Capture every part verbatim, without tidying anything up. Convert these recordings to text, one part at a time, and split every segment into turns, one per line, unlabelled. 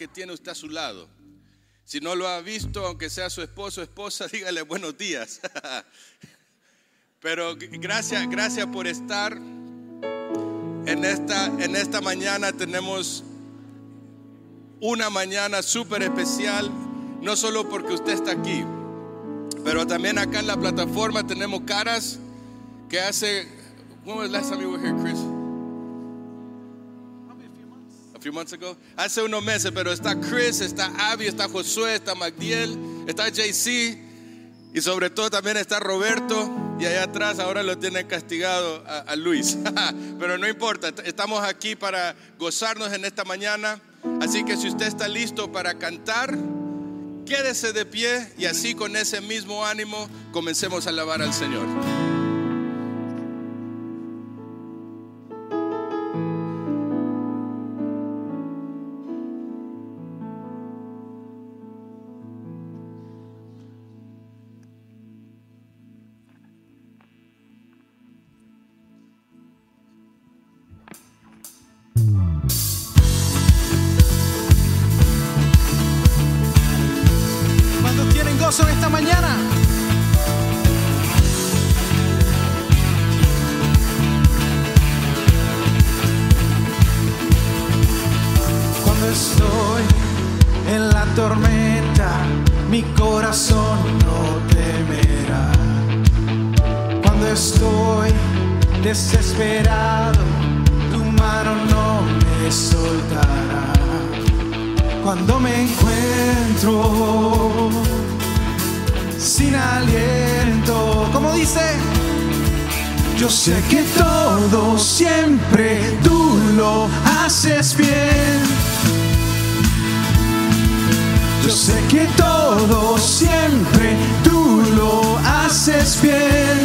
que tiene usted a su lado. Si no lo ha visto, aunque sea su esposo o esposa, dígale buenos días. Pero gracias, gracias por estar. En esta, en esta mañana tenemos una mañana súper especial, no solo porque usted está aquí, pero también acá en la plataforma tenemos caras que hace, when was the last time you were here, Chris? A few months ago. Hace unos meses, pero está Chris, está Abby, está Josué, está Magdiel, está J C y sobre todo también está Roberto, y allá atrás ahora lo tienen castigado a, a Luis. Pero no importa, estamos aquí para gozarnos en esta mañana. Así que si usted está listo para cantar, quédese de pie y así con ese mismo ánimo comencemos a alabar al Señor.
En esta mañana, cuando estoy en la tormenta, mi corazón no temerá. Cuando estoy desesperado, tu mano no me soltará. Cuando me encuentro sin aliento, como dice, yo sé que todo siempre tú lo haces bien. Yo sé que todo siempre tú lo haces bien.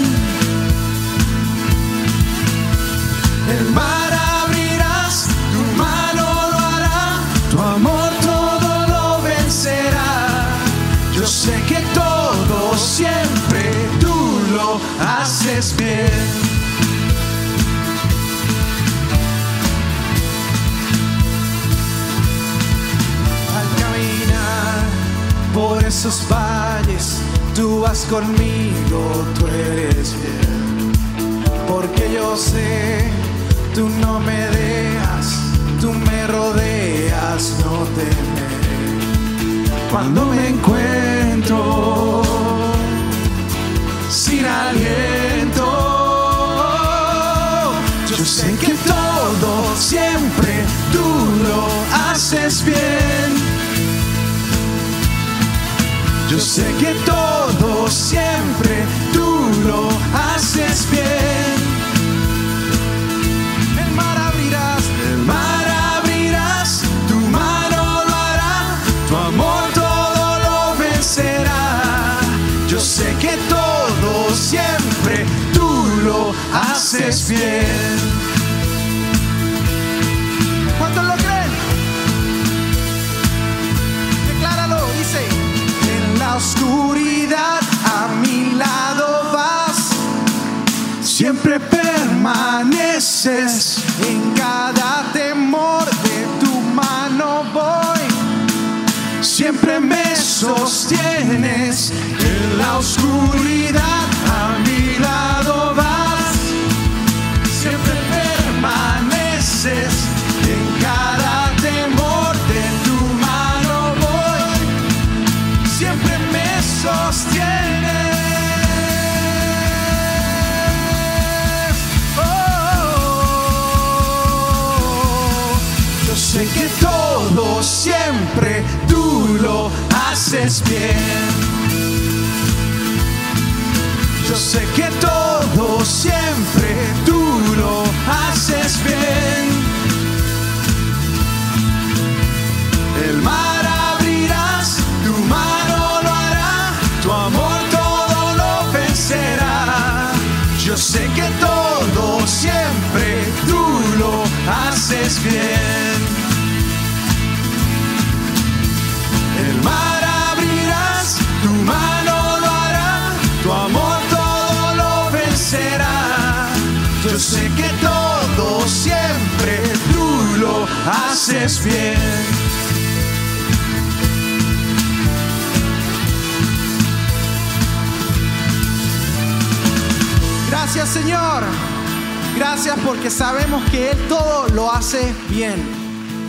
El mar abrirás, tu mano lo hará, tu amor todo lo vencerá. Yo sé que todo siempre tú lo haces bien. Al caminar por esos valles, tú vas conmigo, tú eres fiel. Porque yo sé, tú no me dejas, tú me rodeas, no temeré. Cuando me encuentro sin aliento, yo sé que todo siempre tú lo haces bien. Yo sé que todo siempre tú lo haces bien. El mar abrirás, el mar abrirás, tu mano lo hará, tu amor todo lo vencerá. Yo sé que todo siempre tú lo haces bien. ¿Cuántos lo creen? Decláralo, dice: en la oscuridad a mi lado vas, siempre permaneces. En cada temor de tu mano voy, siempre me sostienes. En la oscuridad a mi lado vas, siempre permaneces. En cada temor de tu mano voy, siempre me sostienes. Oh, yo sé que todo siempre tú lo haces bien. Yo sé que todo siempre tú lo haces bien. El mar abrirás, tu mano lo hará, tu amor todo lo vencerá. Yo sé que todo siempre tú lo haces bien. El mar abrirás, tu mano lo hará, tu amor todo lo vencerá. Yo sé que todo siempre tú lo haces bien. Gracias, Señor. Gracias porque sabemos que Él todo lo hace bien.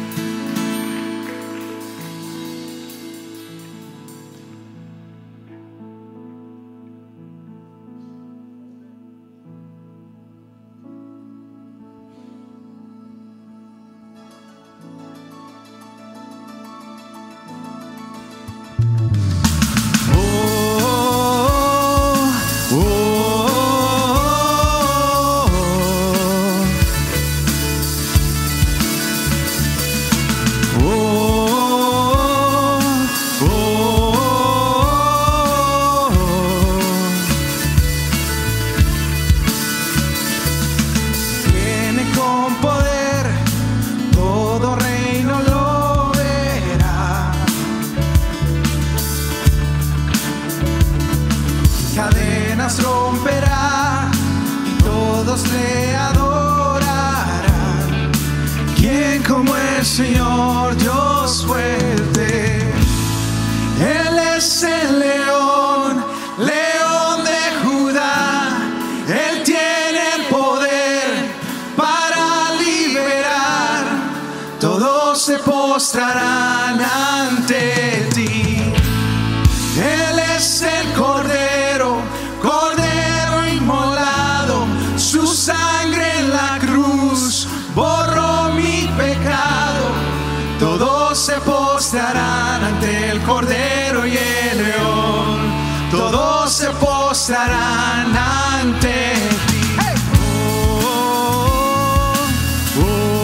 Romperá y todos le adorarán. ¿Quién como el Señor, Dios fuerte? Él es el león, león de Judá. Él tiene el poder para liberar. Todos se postrarán ante ti. Él es el Cordero, Cordero inmolado, su sangre en la cruz borró mi pecado. Todos se postrarán ante el Cordero y el León. Todos se postrarán ante ti. Hey. Oh, oh,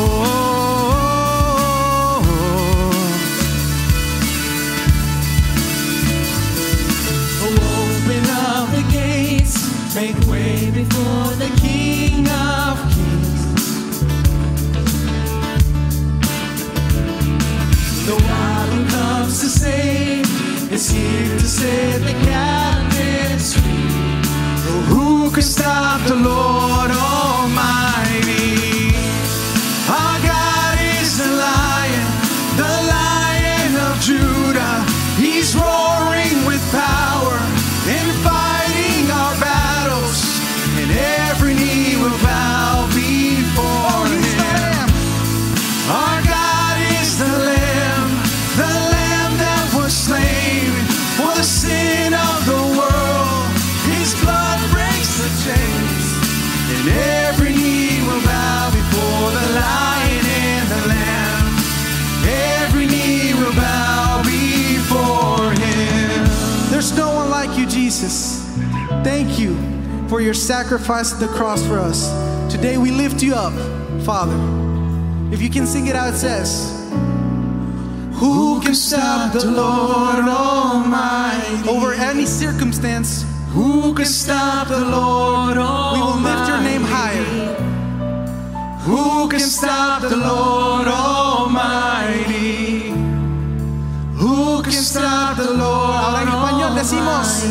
oh, oh, oh. Open up the gates, make way before the King of Kings. The one who comes to save is here to set the captives free. Oh, who can stop the Lord Almighty? Our God is the Lion, the Lion of Judah. He's roaring with power and fighting our battles, and every knee will bow before Him. Our God is the Lamb, the Lamb that was slain for the sin of the world. His blood breaks the chains, and every knee will bow before the Lion and the Lamb. Every knee will bow before Him. There's no one like you, Jesus. Thank you for your sacrifice at the cross for us. Today we lift you up, Father. If you can sing it out, it says, who can stop the Lord Almighty? Over any circumstance, who can stop the Lord Almighty? We will lift your name higher. Who can stop the Lord Almighty? Who can stop the Lord? Ahora en español decimos,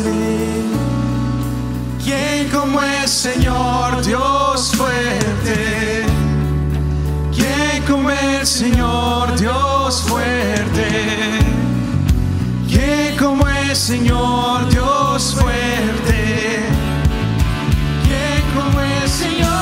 ¿quién como el Señor, Dios fuerte? ¿Quién como el Señor, Dios fuerte? ¿Quién como el Señor, Dios fuerte? ¿Quién como el Señor?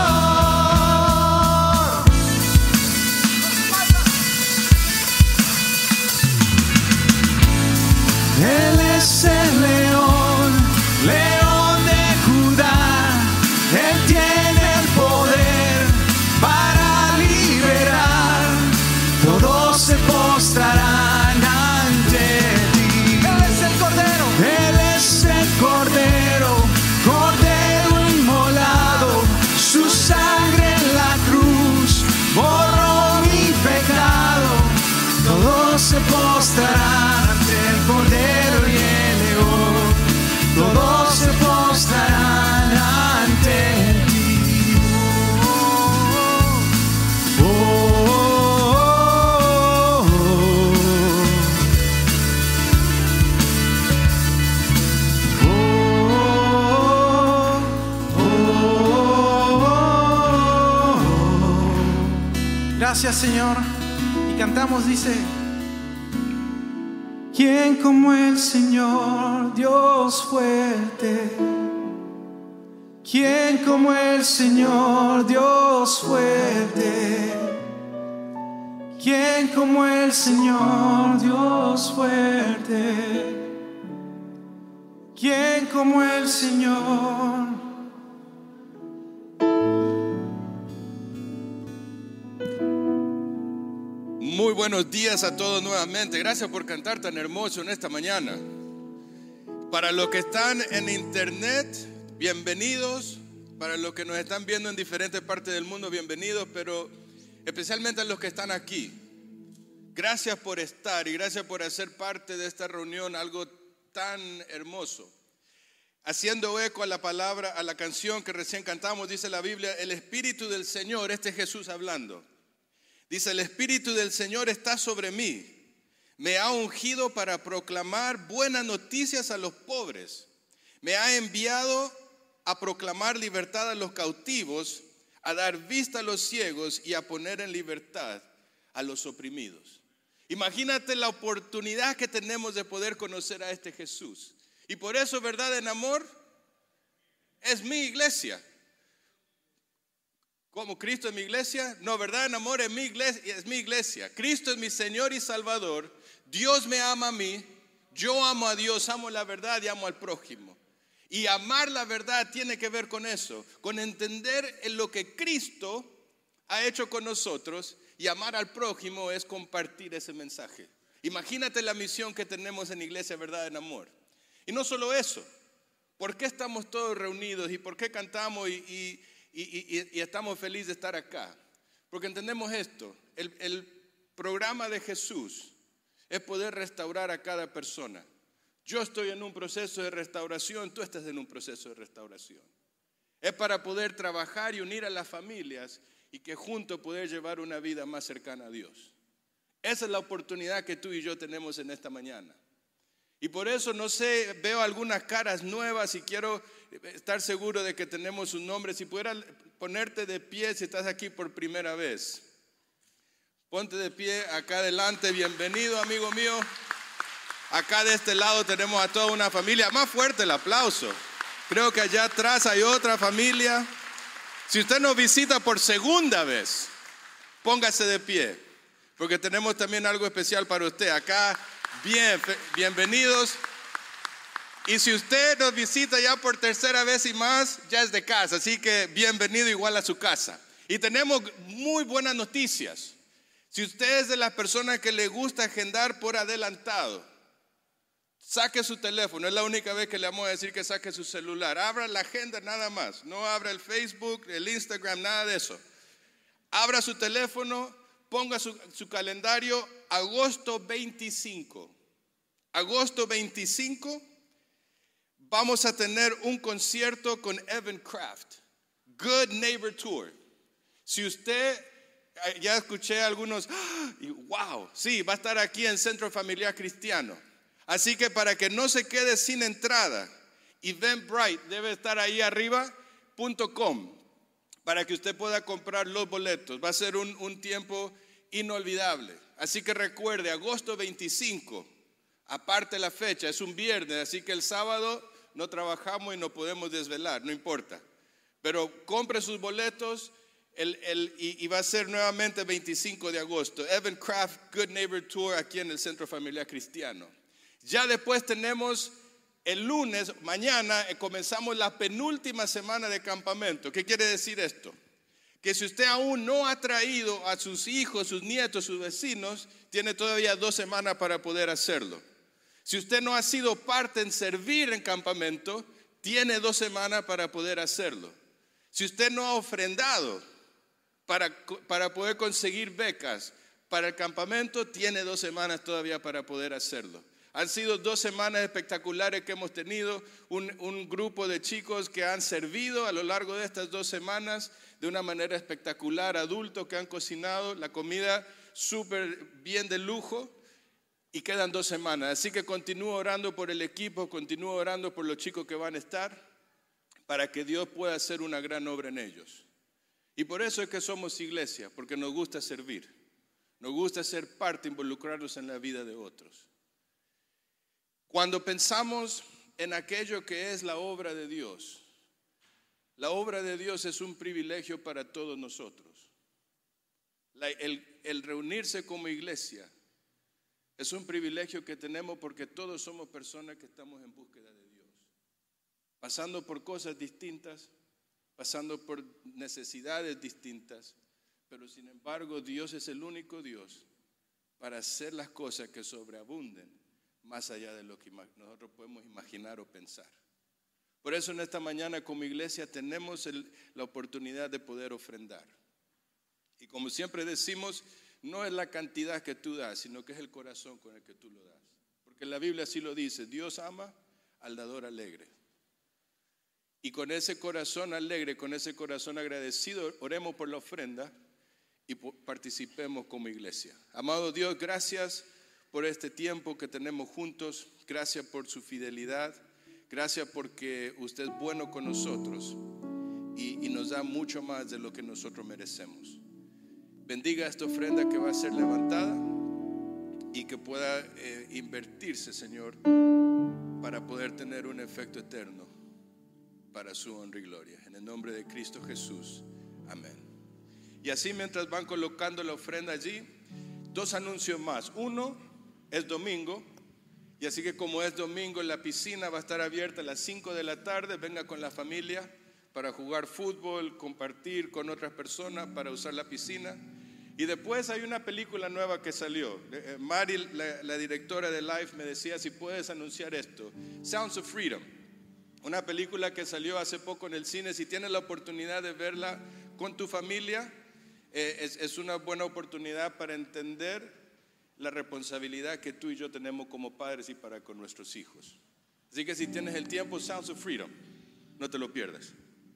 Él es el león, león de Judá. Él tiene el poder para liberar. Todos se postrarán ante ti. Él es el Cordero. Él es el Cordero, Cordero inmolado. Su sangre en la cruz borró mi pecado. Todos se postrarán ante el Cordero y el León. Todos se postrarán ante ti. Oh, oh, oh, oh, oh, oh. Gracias, Señor. Y cantamos, dice, ¿quién como el Señor, Dios fuerte? ¿Quién como el Señor, Dios fuerte? ¿Quién como el Señor, Dios fuerte? ¿Quién como el Señor?
Muy buenos días a todos nuevamente. Gracias por cantar tan hermoso en esta mañana. Para los que están en internet, bienvenidos. Para los que nos están viendo en diferentes partes del mundo, bienvenidos. Pero especialmente a los que están aquí, gracias por estar y gracias por hacer parte de esta reunión, algo tan hermoso. Haciendo eco a la palabra, a la canción que recién cantamos, dice la Biblia, el Espíritu del Señor, este es Jesús hablando. Dice, el Espíritu del Señor está sobre mí. Me ha ungido para proclamar buenas noticias a los pobres. Me ha enviado a proclamar libertad a los cautivos, a dar vista a los ciegos y a poner en libertad a los oprimidos. Imagínate la oportunidad que tenemos de poder conocer a este Jesús. Y por eso, verdad en amor, es mi iglesia. ¿Cómo? ¿Cristo es mi iglesia? No, verdad en amor es mi iglesia, es mi iglesia. Cristo es mi Señor y Salvador. Dios me ama a mí. Yo amo a Dios, amo la verdad y amo al prójimo. Y amar la verdad tiene que ver con eso, con entender en lo que Cristo ha hecho con nosotros, y amar al prójimo es compartir ese mensaje. Imagínate la misión que tenemos en Iglesia Verdad en Amor. Y no solo eso, ¿por qué estamos todos reunidos y por qué cantamos y, y, y, y, y estamos felices de estar acá? Porque entendemos esto, el, el programa de Jesús es poder restaurar a cada persona. Yo estoy en un proceso de restauración, tú estás en un proceso de restauración. Es para poder trabajar y unir a las familias y que juntos poder llevar una vida más cercana a Dios. Esa es la oportunidad que tú y yo tenemos en esta mañana. Y por eso, no sé, veo algunas caras nuevas y quiero estar seguro de que tenemos sus nombres. Si pudieras ponerte de pie si estás aquí por primera vez. Ponte de pie acá adelante, bienvenido amigo mío. Acá de este lado tenemos a toda una familia. Más fuerte el aplauso. Creo que allá atrás hay otra familia. Si usted nos visita por segunda vez, póngase de pie, porque tenemos también algo especial para usted. Acá, bien, bienvenidos. Y si usted nos visita ya por tercera vez y más, ya es de casa, así que bienvenido igual a su casa. Y tenemos muy buenas noticias. Si usted es de las personas que le gusta agendar por adelantado, saque su teléfono, es la única vez que le vamos a decir que saque su celular. Abra la agenda nada más, no abra el Facebook, el Instagram, nada de eso. Abra su teléfono, ponga su, su calendario, agosto veinticinco. Agosto veinticinco vamos a tener un concierto con Evan Craft, Good Neighbor Tour. Si usted, ya escuché a algunos, y wow, sí, va a estar aquí en Centro Familiar Cristiano. Así que para que no se quede sin entrada, Eventbrite debe estar ahí arriba punto com para que usted pueda comprar los boletos. Va a ser un, un tiempo inolvidable. Así que recuerde, agosto veinticinco, aparte la fecha, es un viernes, así que el sábado no trabajamos y no podemos desvelar, no importa. Pero compre sus boletos el, el, y, y va a ser nuevamente veinticinco de agosto. Evan Craft Good Neighbor Tour aquí en el Centro Familiar Cristiano. Ya después tenemos el lunes, mañana, eh, comenzamos la penúltima semana de campamento. ¿Qué quiere decir esto? Que si usted aún no ha traído a sus hijos, sus nietos, sus vecinos, tiene todavía dos semanas para poder hacerlo. Si usted no ha sido parte en servir en campamento, tiene dos semanas para poder hacerlo. Si usted no ha ofrendado para, para poder conseguir becas para el campamento, tiene dos semanas todavía para poder hacerlo. Han sido dos semanas espectaculares que hemos tenido, un, un grupo de chicos que han servido a lo largo de estas dos semanas de una manera espectacular, adultos que han cocinado la comida súper bien de lujo y quedan dos semanas. Así que continúo orando por el equipo, continúo orando por los chicos que van a estar para que Dios pueda hacer una gran obra en ellos. Y por eso es que somos iglesia, porque nos gusta servir, nos gusta ser parte, involucrarnos en la vida de otros. Cuando pensamos en aquello que es la obra de Dios, La obra de Dios es un privilegio para todos nosotros. La, el, el reunirse como iglesia es un privilegio que tenemos porque todos somos personas que estamos en búsqueda de Dios, pasando por cosas distintas, pasando por necesidades distintas, pero sin embargo Dios es el único Dios para hacer las cosas que sobreabunden más allá de lo que nosotros podemos imaginar o pensar. Por eso en esta mañana como iglesia tenemos el, la oportunidad de poder ofrendar. Y como siempre decimos, no es la cantidad que tú das, sino que es el corazón con el que tú lo das. Porque la Biblia así lo dice, Dios ama al dador alegre. Y con ese corazón alegre, con ese corazón agradecido, oremos por la ofrenda y participemos como iglesia. Amado Dios, gracias por este tiempo que tenemos juntos. Gracias por su fidelidad. Gracias porque usted es bueno con nosotros y, y nos da mucho más de lo que nosotros merecemos. Bendiga esta ofrenda que va a ser levantada y que pueda eh, invertirse, Señor, para poder tener un efecto eterno para su honra y gloria. En el nombre de Cristo Jesús. Amén. Y así mientras van colocando la ofrenda allí, dos anuncios más. Uno es domingo. Y así que como es domingo, la piscina va a estar abierta a las cinco de la tarde. Venga con la familia para jugar fútbol, compartir con otras personas, para usar la piscina. Y después hay una película nueva que salió. Mari, la, la directora de Life, me decía si puedes anunciar esto. Sounds of Freedom. Una película que salió hace poco en el cine. Si tienes la oportunidad de verla con tu familia, eh, es, es una buena oportunidad para entender la responsabilidad que tú y yo tenemos como padres y para con nuestros hijos. Así que si tienes el tiempo, Sounds of Freedom, no te lo pierdas.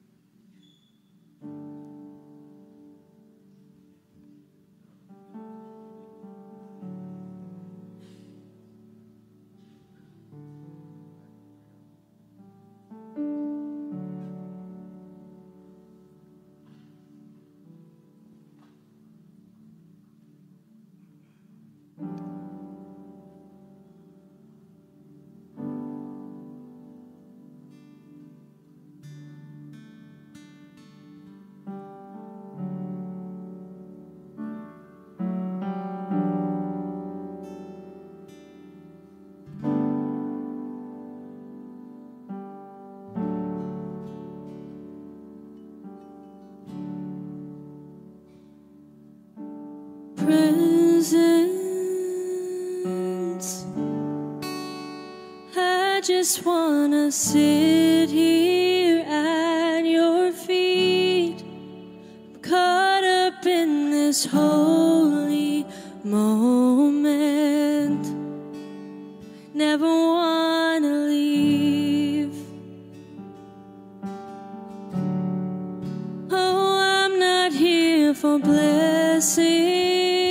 Presence. I just wanna sit here at your feet, caught up in this holy moment. Never wanna leave. Oh, I'm not here for blessings.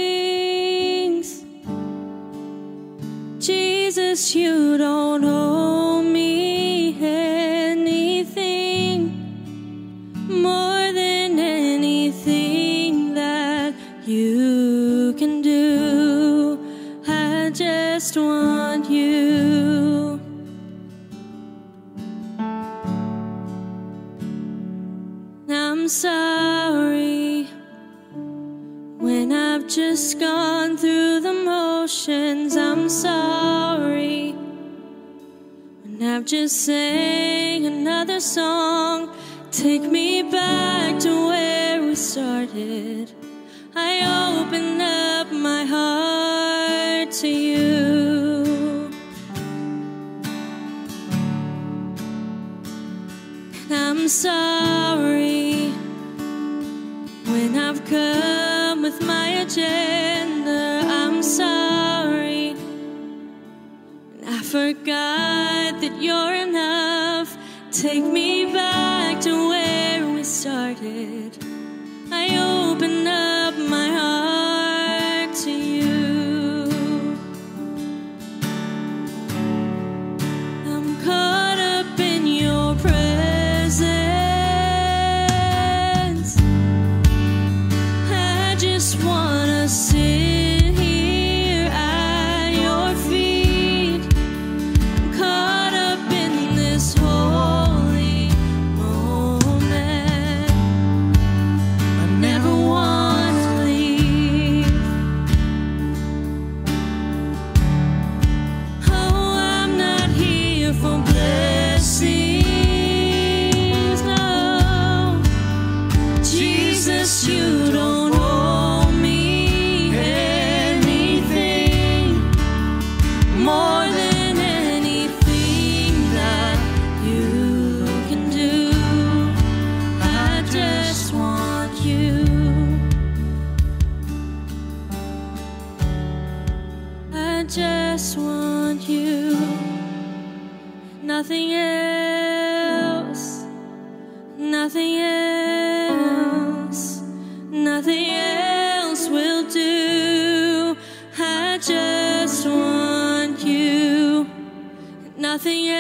Jesus, you don't owe me anything more than anything that you can do. I just want you. I'm sorry when I've just gone through the motions. I'm sorry when I've just sang another song. Take me back to where we started. I open up my heart to you. And I'm sorry when I've come with my agenda. I'm sorry when I forgot that you're enough. Take me back to where we started. I open up my heart to you. I'm caught up in your presence. I just wanna sit here at your feet. I'm caught up in this holy moment. for blessings. No, Jesus, you don't owe me anything more than anything that you can do. I just want you. I just want you. Nothing else, nothing else, nothing else will do. I just want you. Nothing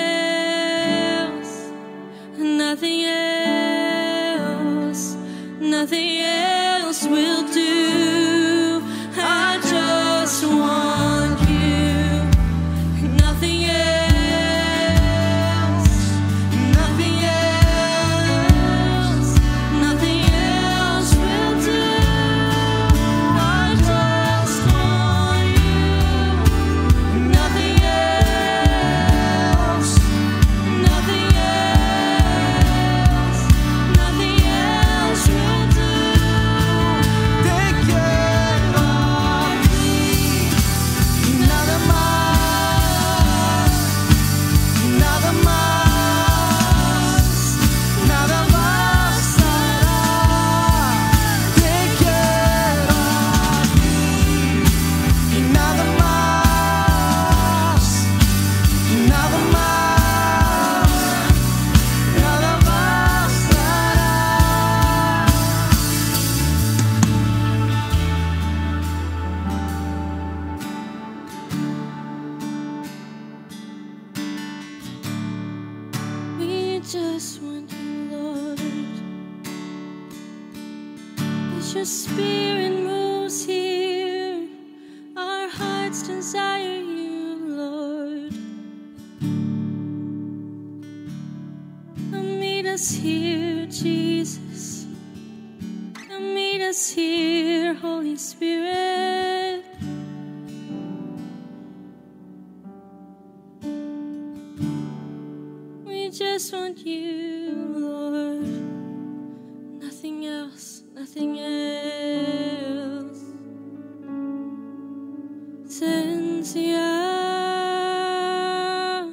else, nothing else, nothing else will do. I just want you. Nothing else, nothing else, nothing else will do. I just want you. Nothing else, nothing else, nothing else will do.
Te quiero a ti, y nada más, nada más, nada bastará. Te quiero a ti, y nada más, nada más, nada bastará.
We just want you, Lord. As your spirit moves here, our hearts desire you, Lord. Come meet us here, Jesus. Come meet us here, Holy Spirit. We just want you, Lord. Nothing else, nothing else. Esencia.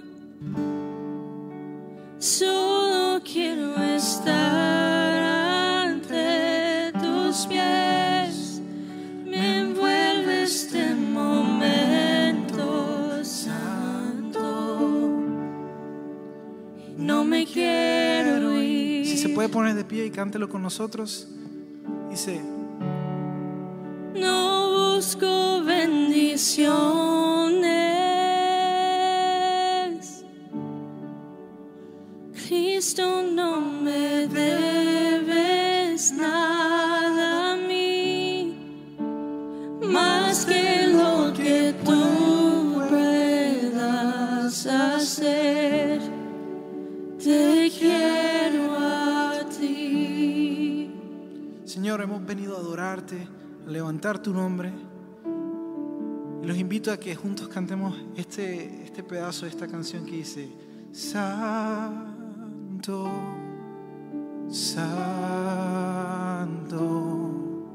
Solo quiero estar ante tus pies. Me envuelve este momento santo. No me quiero ir.
Si se puede poner de pie y cántelo con nosotros. Dice,
No busco bendiciones. Cristo, no me debes nada a mí, más que lo que tú puedas hacer. Te quiero a ti.
Señor, hemos venido a adorarte, a levantar tu nombre. Y los invito a que juntos cantemos este, este pedazo de esta canción que dice: Santo, Santo,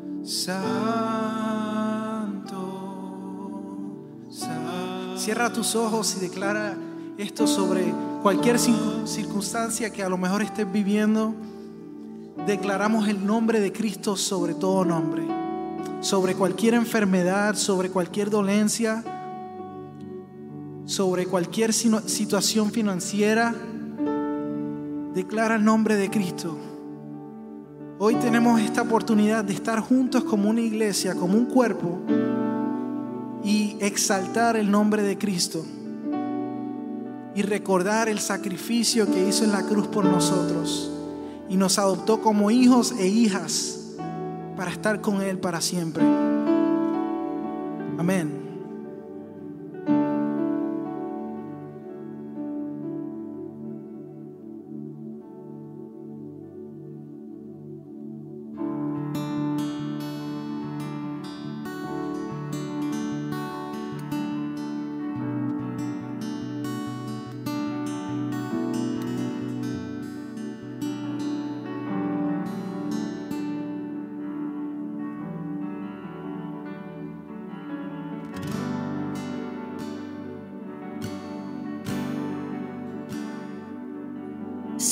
Santo, Santo. Cierra tus ojos y declara esto sobre cualquier circunstancia que a lo mejor estés viviendo. Declaramos el nombre de Cristo sobre todo nombre, sobre cualquier enfermedad, sobre cualquier dolencia, sobre cualquier situación financiera. Declara el nombre de Cristo. Hoy tenemos esta oportunidad de estar juntos como una iglesia, como un cuerpo, y exaltar el nombre de Cristo y recordar el sacrificio que hizo en la cruz por nosotros y nos adoptó como hijos e hijas para estar con Él para siempre. Amén.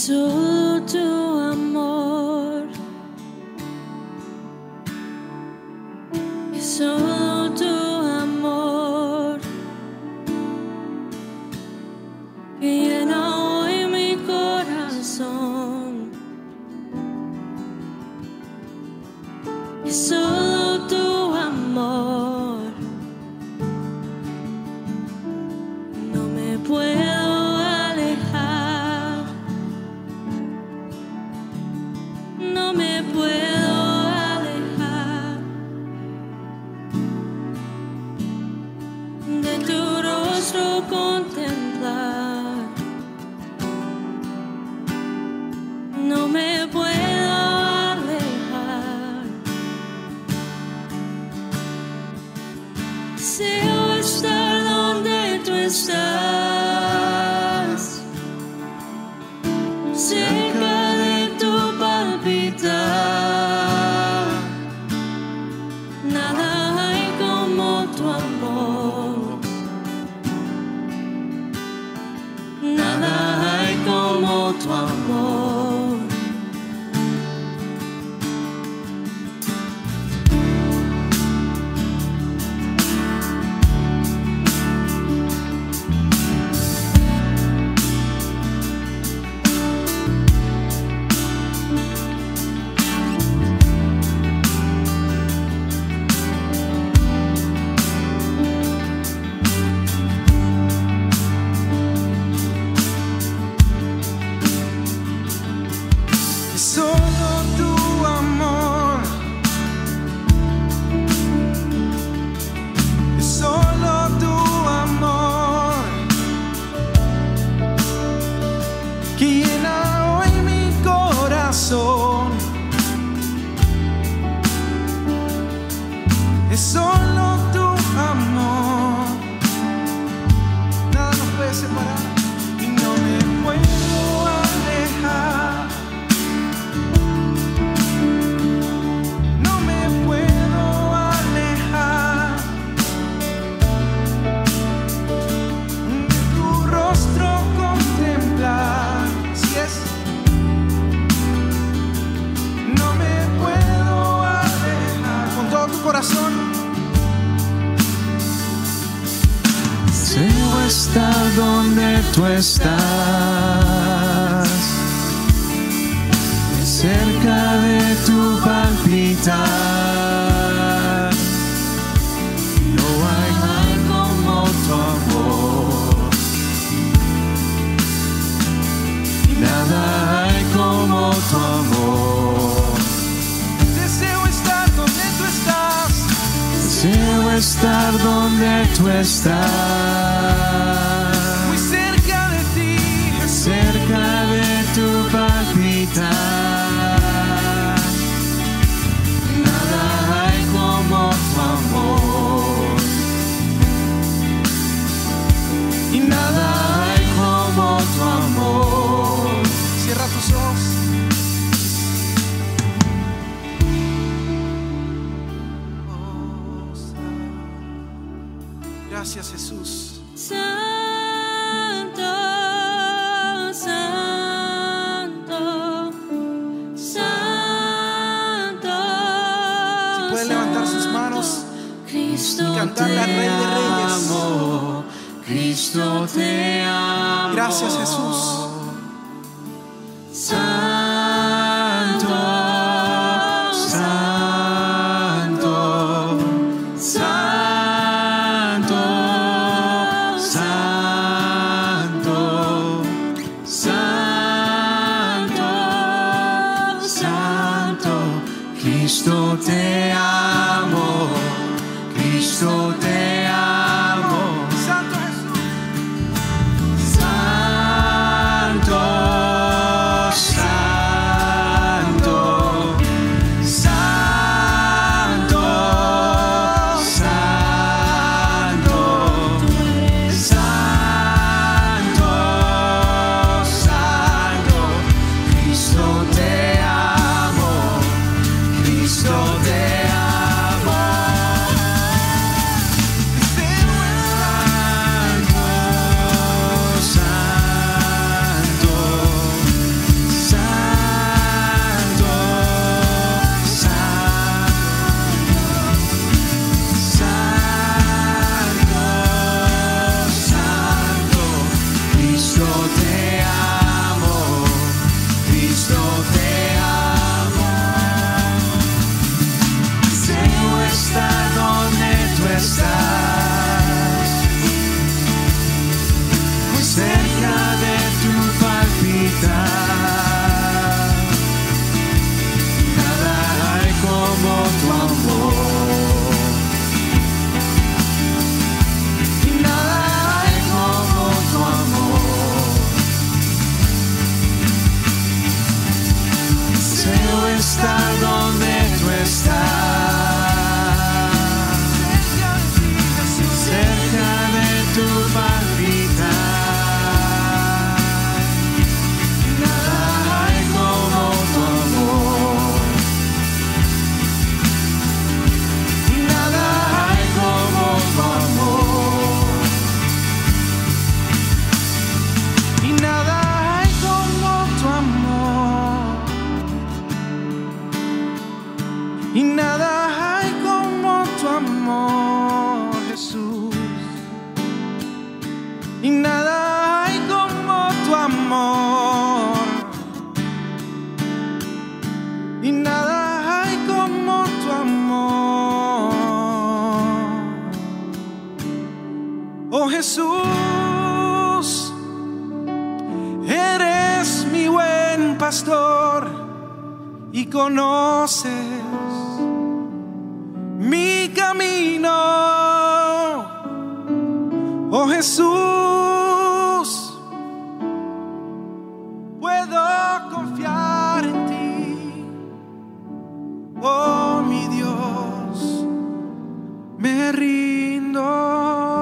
solo tu amor, es solo tu amor que llena hoy mi corazón, es solo tu amor, no me puedo alejar, no me puedo alejar de tu rostro contemplar, no me puedo alejar, deseo estar donde tú estás, cerca de tu palpitar. Nada hay como tu amor, nada hay como tu amor.
Es solo tu amor, es solo tu amor que llena hoy mi corazón, es solo tu amor, nada nos puede separar y no me puedo alejar. No me puedo alejar de tu rostro contemplar. Si es, no me puedo alejar con todo tu corazón. Deseo estar donde tú estás, cerca de tu palpitar. No hay nada como tu amor, nada hay como tu amor. Deseo estar donde tú estás, deseo estar donde tú estás, muy cerca de ti, cerca de tu palpitar. Nada hay como tu amor y nada hay como tu amor. Cierra tus ojos. Gracias, Jesús.
Santo, santo, santo.
Si pueden levantar sus manos
Cristo,
y cantarle al Rey de Reyes.
amo, Cristo te amo.
Gracias, Jesús.
Santo, santo, santo, santo, santo, santo, Cristo te amo, Cristo te amo.
Santo Jesús.
Santo,
y nada hay como tu amor, y nada hay como tu amor. Oh Jesús, eres mi buen pastor y conoces mi camino. Oh Jesús, puedo confiar en ti. Oh mi Dios, me rindo.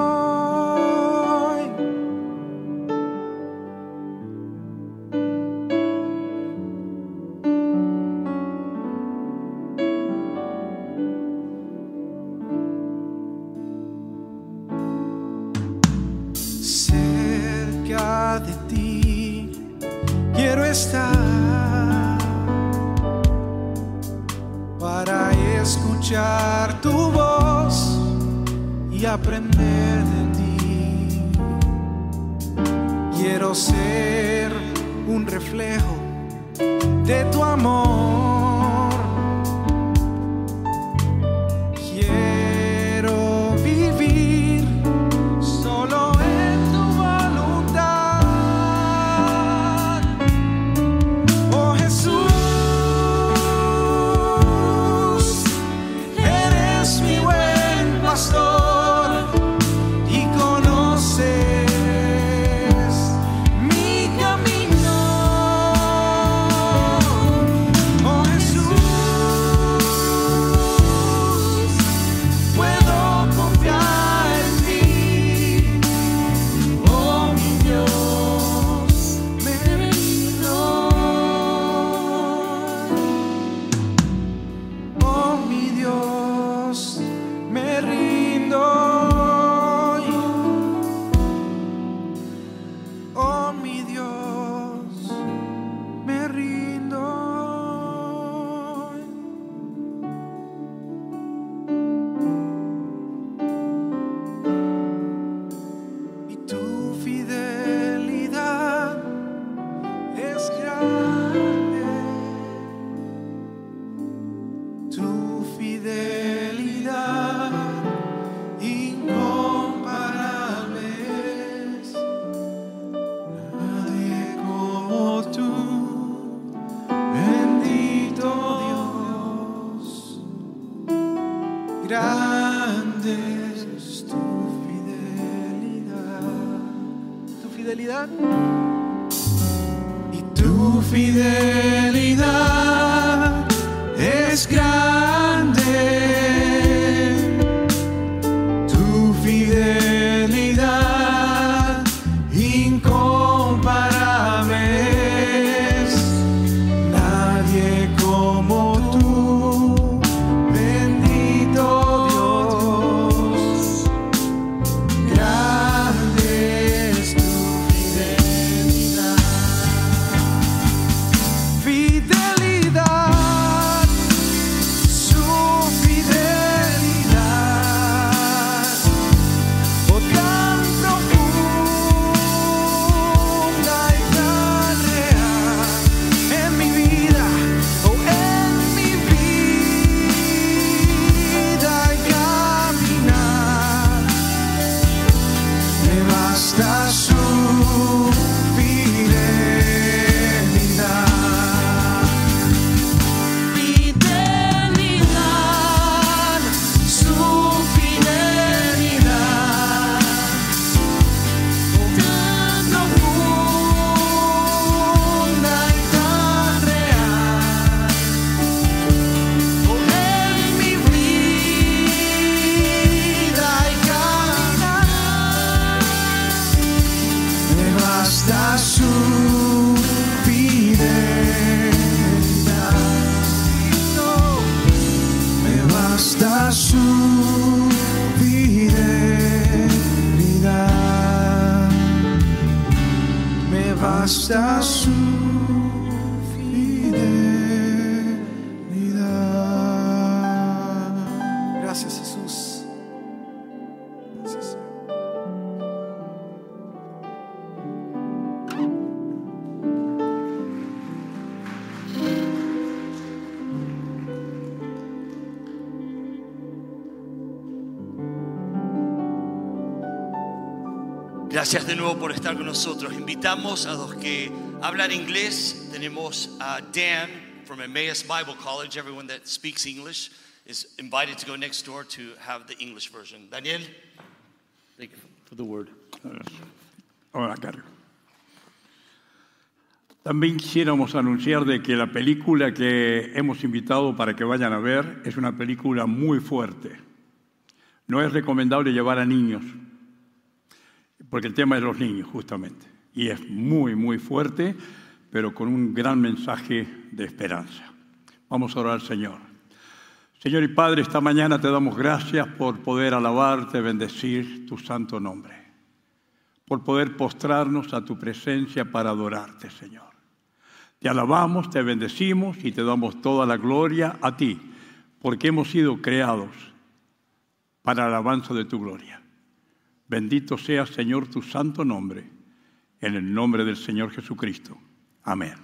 Cerca de ti quiero estar para escuchar tu voz y aprender de ti. Quiero ser un reflejo de tu amor. Quiero vivir solo en tu voluntad. Oh Jesús, eres mi buen pastor y conoces mi camino. Oh Jesús, puedo confiar en ti. Oh mi Dios, me rindo. Oh mi Dios, me rindo. Oh mi Dios, me rindo. Y tu fidelidad es grande. Tu fidelidad incomparable es. Nadie como tú, bendito Dios. Grande es tu fidelidad. Tu fidelidad. Y tu fidelidad es grande. Tu fidelidad incomparable es. Nadie como tú, bendito Dios. Grande es tu fidelidad. Fidelidad, su fidelidad, oh tan profunda y tan real en mi vida, oh en mi vida y caminar. Me basta su fidelidad. Fidelidad, su fidelidad, tan profunda y tan real, oh en mi vida y caminar. Me basta su fidelidad. Me basta su fidelidad. Me basta su fidelidad. Gracias, Jesús. Gracias, Señor.
Gracias de nuevo por estar con nosotros. Invitamos a los que hablan inglés. Tenemos a Dan from Emmaus Bible College. Everyone that speaks English is invited to go next door to have the English version. Daniel, thank you for the word.
Hola, Carlos. También quisiéramos anunciar de que la película que hemos invitado para que vayan a ver es una película muy fuerte. No es recomendable llevar a niños, porque el tema es los niños, justamente. Y es muy, muy fuerte, pero con un gran mensaje de esperanza. Vamos a orar al Señor. Señor y Padre, esta mañana te damos gracias por poder alabarte, bendecir tu santo nombre, por poder postrarnos a tu presencia para adorarte, Señor. Te alabamos, te bendecimos y te damos toda la gloria a ti, porque hemos sido creados para el alabanza de tu gloria. Bendito sea, Señor, tu santo nombre, en el nombre del Señor Jesucristo. Amén.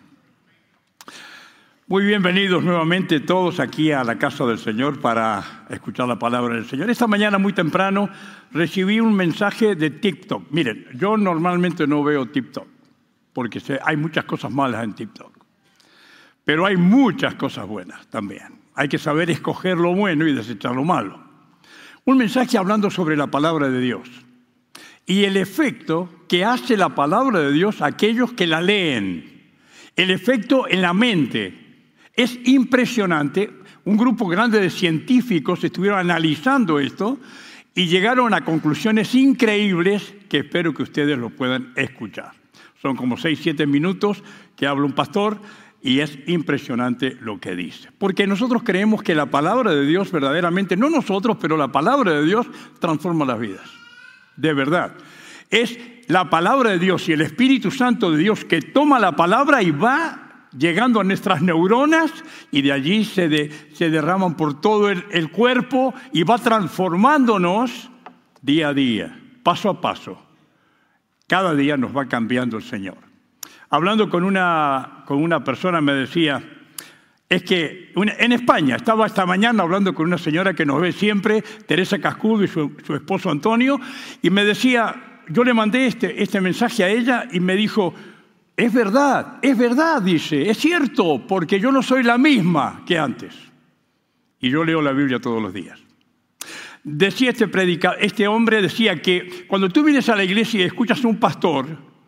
Muy bienvenidos nuevamente todos aquí a la casa del Señor para escuchar la palabra del Señor. Esta mañana muy temprano recibí un mensaje de TikTok. Miren, yo normalmente no veo TikTok, porque hay muchas cosas malas en TikTok. Pero hay muchas cosas buenas también. Hay que saber escoger lo bueno y desechar lo malo. Un mensaje hablando sobre la palabra de Dios y el efecto que hace la palabra de Dios a aquellos que la leen. El efecto en la mente es impresionante. Un grupo grande de científicos estuvieron analizando esto y llegaron a conclusiones increíbles que espero que ustedes lo puedan escuchar. Son como seis, siete minutos que habla un pastor y es impresionante lo que dice. Porque nosotros creemos que la palabra de Dios verdaderamente, no nosotros, pero la palabra de Dios transforma las vidas. De verdad. Es la palabra de Dios y el Espíritu Santo de Dios que toma la palabra y va llegando a nuestras neuronas y de allí se, de, se derraman por todo el, el cuerpo y va transformándonos día a día, paso a paso. Cada día nos va cambiando el Señor. Hablando con una, con una persona me decía, es que una, en España, estaba esta mañana hablando con una señora que nos ve siempre, Teresa Cascudo y su, su esposo Antonio, y me decía, yo le mandé este, este mensaje a ella y me dijo, es verdad, es verdad, dice, es cierto, porque yo no soy la misma que antes. Y yo leo la Biblia todos los días. Decía este predica, este hombre decía que cuando tú vienes a la iglesia y escuchas a un pastor,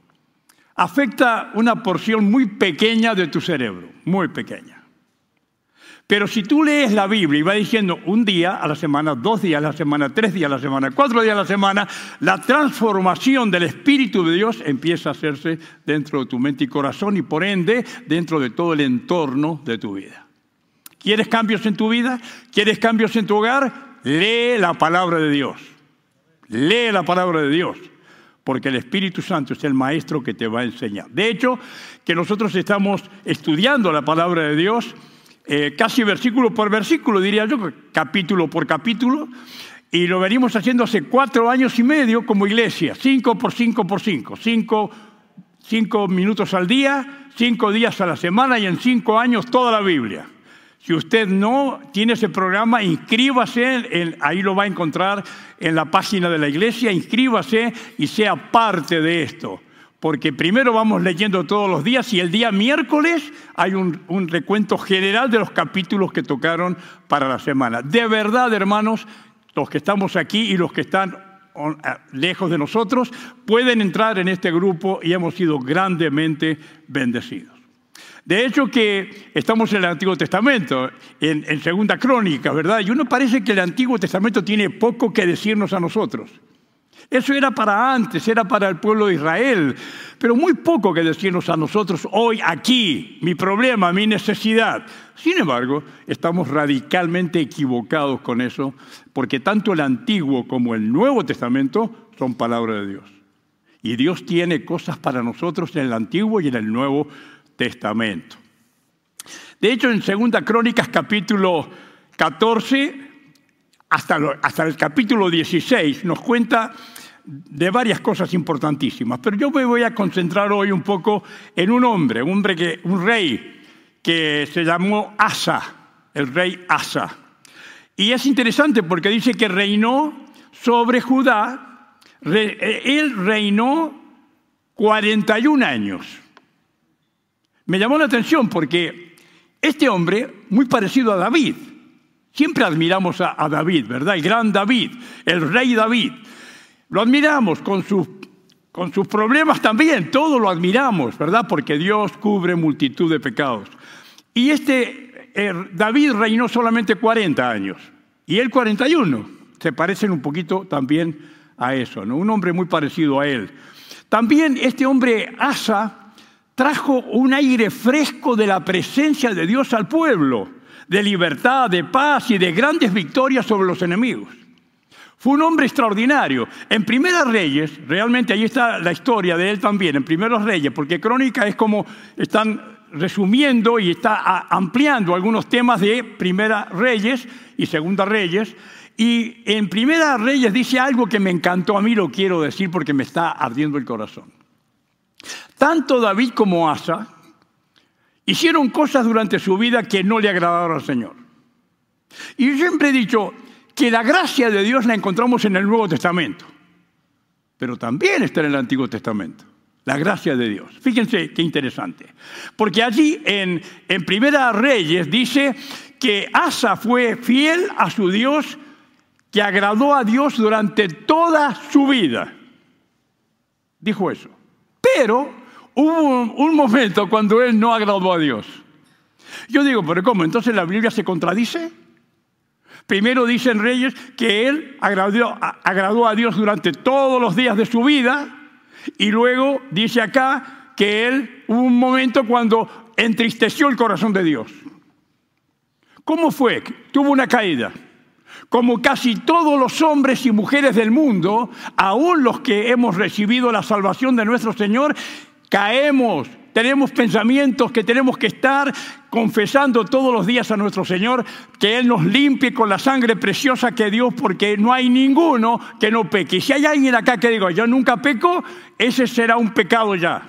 afecta una porción muy pequeña de tu cerebro, muy pequeña. Pero si tú lees la Biblia y va diciendo un día a la semana, dos días a la semana, tres días a la semana, cuatro días a la semana, la transformación del Espíritu de Dios empieza a hacerse dentro de tu mente y corazón y por ende dentro de todo el entorno de tu vida. ¿Quieres cambios en tu vida? ¿Quieres cambios en tu hogar? Lee la palabra de Dios. Lee la palabra de Dios. Porque el Espíritu Santo es el maestro que te va a enseñar. De hecho, que nosotros estamos estudiando la palabra de Dios, eh, casi versículo por versículo, diría yo, capítulo por capítulo, y lo venimos haciendo hace cuatro años y medio como iglesia, cinco por cinco por cinco, cinco, cinco minutos al día, cinco días a la semana y en cinco años toda la Biblia. Si usted no tiene ese programa, inscríbase, en, ahí lo va a encontrar en la página de la iglesia, inscríbase y sea parte de esto. Porque primero vamos leyendo todos los días y el día miércoles hay un, un recuento general de los capítulos que tocaron para la semana. De verdad, hermanos, los que estamos aquí y los que están lejos de nosotros, pueden entrar en este grupo y hemos sido grandemente bendecidos. De hecho que estamos en el Antiguo Testamento, en, en Segunda Crónica, ¿verdad? Y uno parece que el Antiguo Testamento tiene poco que decirnos a nosotros. Eso era para antes, era para el pueblo de Israel, pero muy poco que decirnos a nosotros hoy, aquí, mi problema, mi necesidad. Sin embargo, estamos radicalmente equivocados con eso, porque tanto el Antiguo como el Nuevo Testamento son palabra de Dios. Y Dios tiene cosas para nosotros en el Antiguo y en el Nuevo Testamento. De hecho, en Segunda Crónicas, capítulo catorce, hasta, lo, hasta el capítulo dieciséis, nos cuenta de varias cosas importantísimas. Pero yo me voy a concentrar hoy un poco en un hombre, un, hombre que, un rey que se llamó Asa, el rey Asa. Y es interesante porque dice que reinó sobre Judá Él reinó cuarenta y un años. Me llamó la atención porque este hombre, muy parecido a David, siempre admiramos a, a David, ¿verdad? El gran David, el rey David. Lo admiramos con sus, con sus problemas también, todo lo admiramos, ¿verdad? Porque Dios cubre multitud de pecados. Y este eh, David reinó solamente cuarenta años y él cuarenta y uno. Se parecen un poquito también a eso, ¿no? Un hombre muy parecido a él. También este hombre Asa trajo un aire fresco de la presencia de Dios al pueblo, de libertad, de paz y de grandes victorias sobre los enemigos. Fue un hombre extraordinario. En Primera Reyes, realmente ahí está la historia de él también, en Primeros Reyes, porque Crónica es como están resumiendo y está ampliando algunos temas de Primera Reyes y Segunda Reyes. Y en Primera Reyes dice algo que me encantó, a mí lo quiero decir porque me está ardiendo el corazón. Tanto David como Asa hicieron cosas durante su vida que no le agradaron al Señor. Y yo siempre he dicho que la gracia de Dios la encontramos en el Nuevo Testamento, pero también está en el Antiguo Testamento. La gracia de Dios. Fíjense qué interesante. Porque allí en, en Primera Reyes dice que Asa fue fiel a su Dios, que agradó a Dios durante toda su vida. Dijo eso. Pero hubo un, un momento cuando él no agradó a Dios. Yo digo, ¿pero cómo? ¿Entonces la Biblia se contradice? Primero dice en Reyes que él agradó, agradó a Dios durante todos los días de su vida. Y luego dice acá que él hubo un momento cuando entristeció el corazón de Dios. ¿Cómo fue? Tuvo una caída. Como casi todos los hombres y mujeres del mundo, aún los que hemos recibido la salvación de nuestro Señor, caemos. Tenemos pensamientos que tenemos que estar confesando todos los días a nuestro Señor, que Él nos limpie con la sangre preciosa que dio, porque no hay ninguno que no peque. Y si hay alguien acá que diga, yo nunca peco, ese será un pecado ya,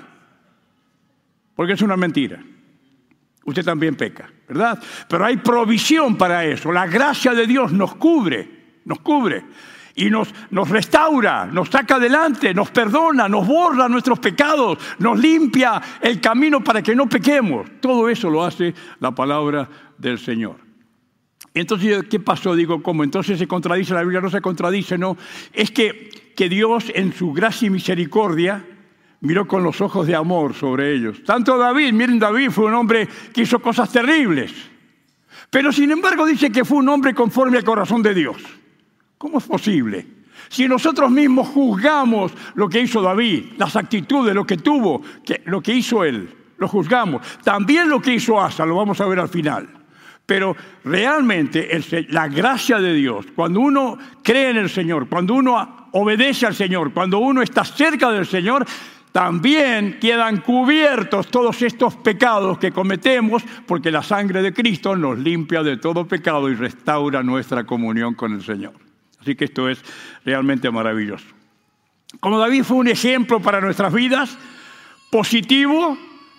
porque es una mentira. Usted también peca, ¿verdad? Pero hay provisión para eso. La gracia de Dios nos cubre, nos cubre. Y nos, nos restaura, nos saca adelante, nos perdona, nos borra nuestros pecados, nos limpia el camino para que no pequemos. Todo eso lo hace la palabra del Señor. Entonces, ¿qué pasó? Digo, ¿cómo? Entonces se contradice, la Biblia no se contradice, no. Es que, que Dios en su gracia y misericordia miró con los ojos de amor sobre ellos. Tanto David, miren, David fue un hombre que hizo cosas terribles. Pero sin embargo dice que fue un hombre conforme al corazón de Dios. ¿Cómo es posible? Si nosotros mismos juzgamos lo que hizo David, las actitudes, lo que tuvo, que, lo que hizo él, lo juzgamos. También lo que hizo Asa, lo vamos a ver al final. Pero realmente el, la gracia de Dios, cuando uno cree en el Señor, cuando uno obedece al Señor, cuando uno está cerca del Señor, también quedan cubiertos todos estos pecados que cometemos, porque la sangre de Cristo nos limpia de todo pecado y restaura nuestra comunión con el Señor. Así que esto es realmente maravilloso. Como David fue un ejemplo para nuestras vidas, positivo,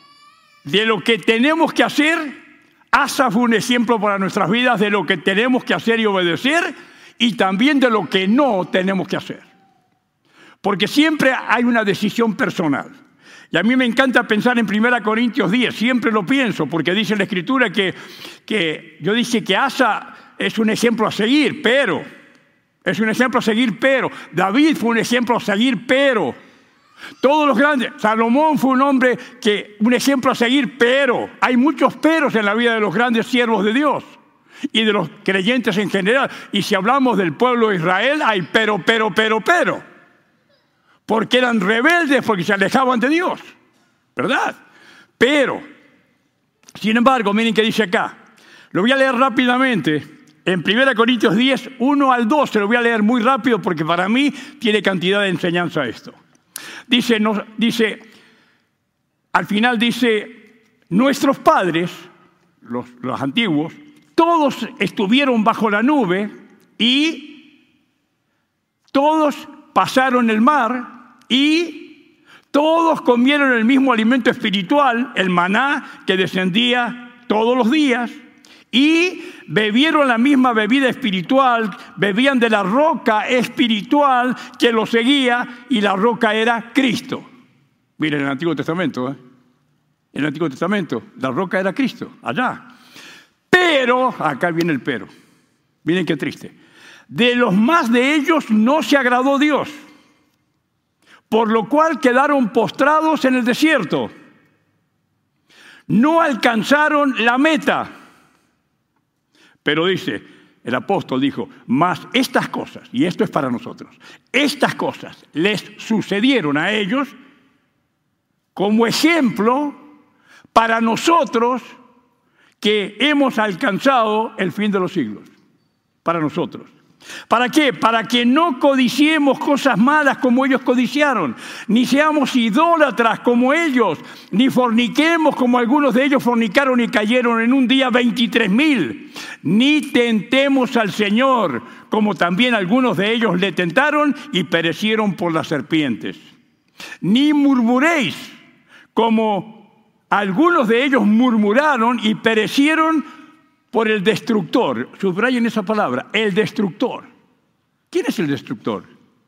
de lo que tenemos que hacer, Asa fue un ejemplo para nuestras vidas de lo que tenemos que hacer y obedecer, y también de lo que no tenemos que hacer. Porque siempre hay una decisión personal. Y a mí me encanta pensar en Primera Corintios diez, siempre lo pienso, porque dice la Escritura que, que yo dije que Asa es un ejemplo a seguir, pero... Es un ejemplo a seguir, pero. David fue un ejemplo a seguir, pero. Todos los grandes. Salomón fue un hombre que, un ejemplo a seguir, pero. Hay muchos peros en la vida de los grandes siervos de Dios y de los creyentes en general. Y si hablamos del pueblo de Israel, hay pero, pero, pero, pero. Porque eran rebeldes, porque se alejaban de Dios. ¿Verdad? Pero, sin embargo, miren qué dice acá. Lo voy a leer rápidamente. En Primera Corintios diez, uno al dos, se lo voy a leer muy rápido porque para mí tiene cantidad de enseñanza esto. Dice, no, dice, al final dice, nuestros padres, los, los antiguos, todos estuvieron bajo la nube y todos pasaron el mar y todos comieron el mismo alimento espiritual, el maná que descendía todos los días. Y bebieron la misma bebida espiritual, bebían de la roca espiritual que los seguía, y la roca era Cristo. Miren el Antiguo Testamento, ¿eh? En el Antiguo Testamento, la roca era Cristo, allá. Pero, acá viene el pero, miren qué triste. De los más de ellos no se agradó Dios, por lo cual quedaron postrados en el desierto. No alcanzaron la meta. Pero dice, el apóstol dijo, mas estas cosas, y esto es para nosotros, estas cosas les sucedieron a ellos como ejemplo para nosotros que hemos alcanzado el fin de los siglos. Para nosotros. ¿Para qué? Para que no codiciemos cosas malas como ellos codiciaron, ni seamos idólatras como ellos, ni forniquemos como algunos de ellos fornicaron y cayeron en un día veintitrés mil, ni tentemos al Señor como también algunos de ellos le tentaron y perecieron por las serpientes. Ni murmuréis como algunos de ellos murmuraron y perecieron por el destructor. Subrayen esa palabra, el destructor. ¿Quién es el destructor?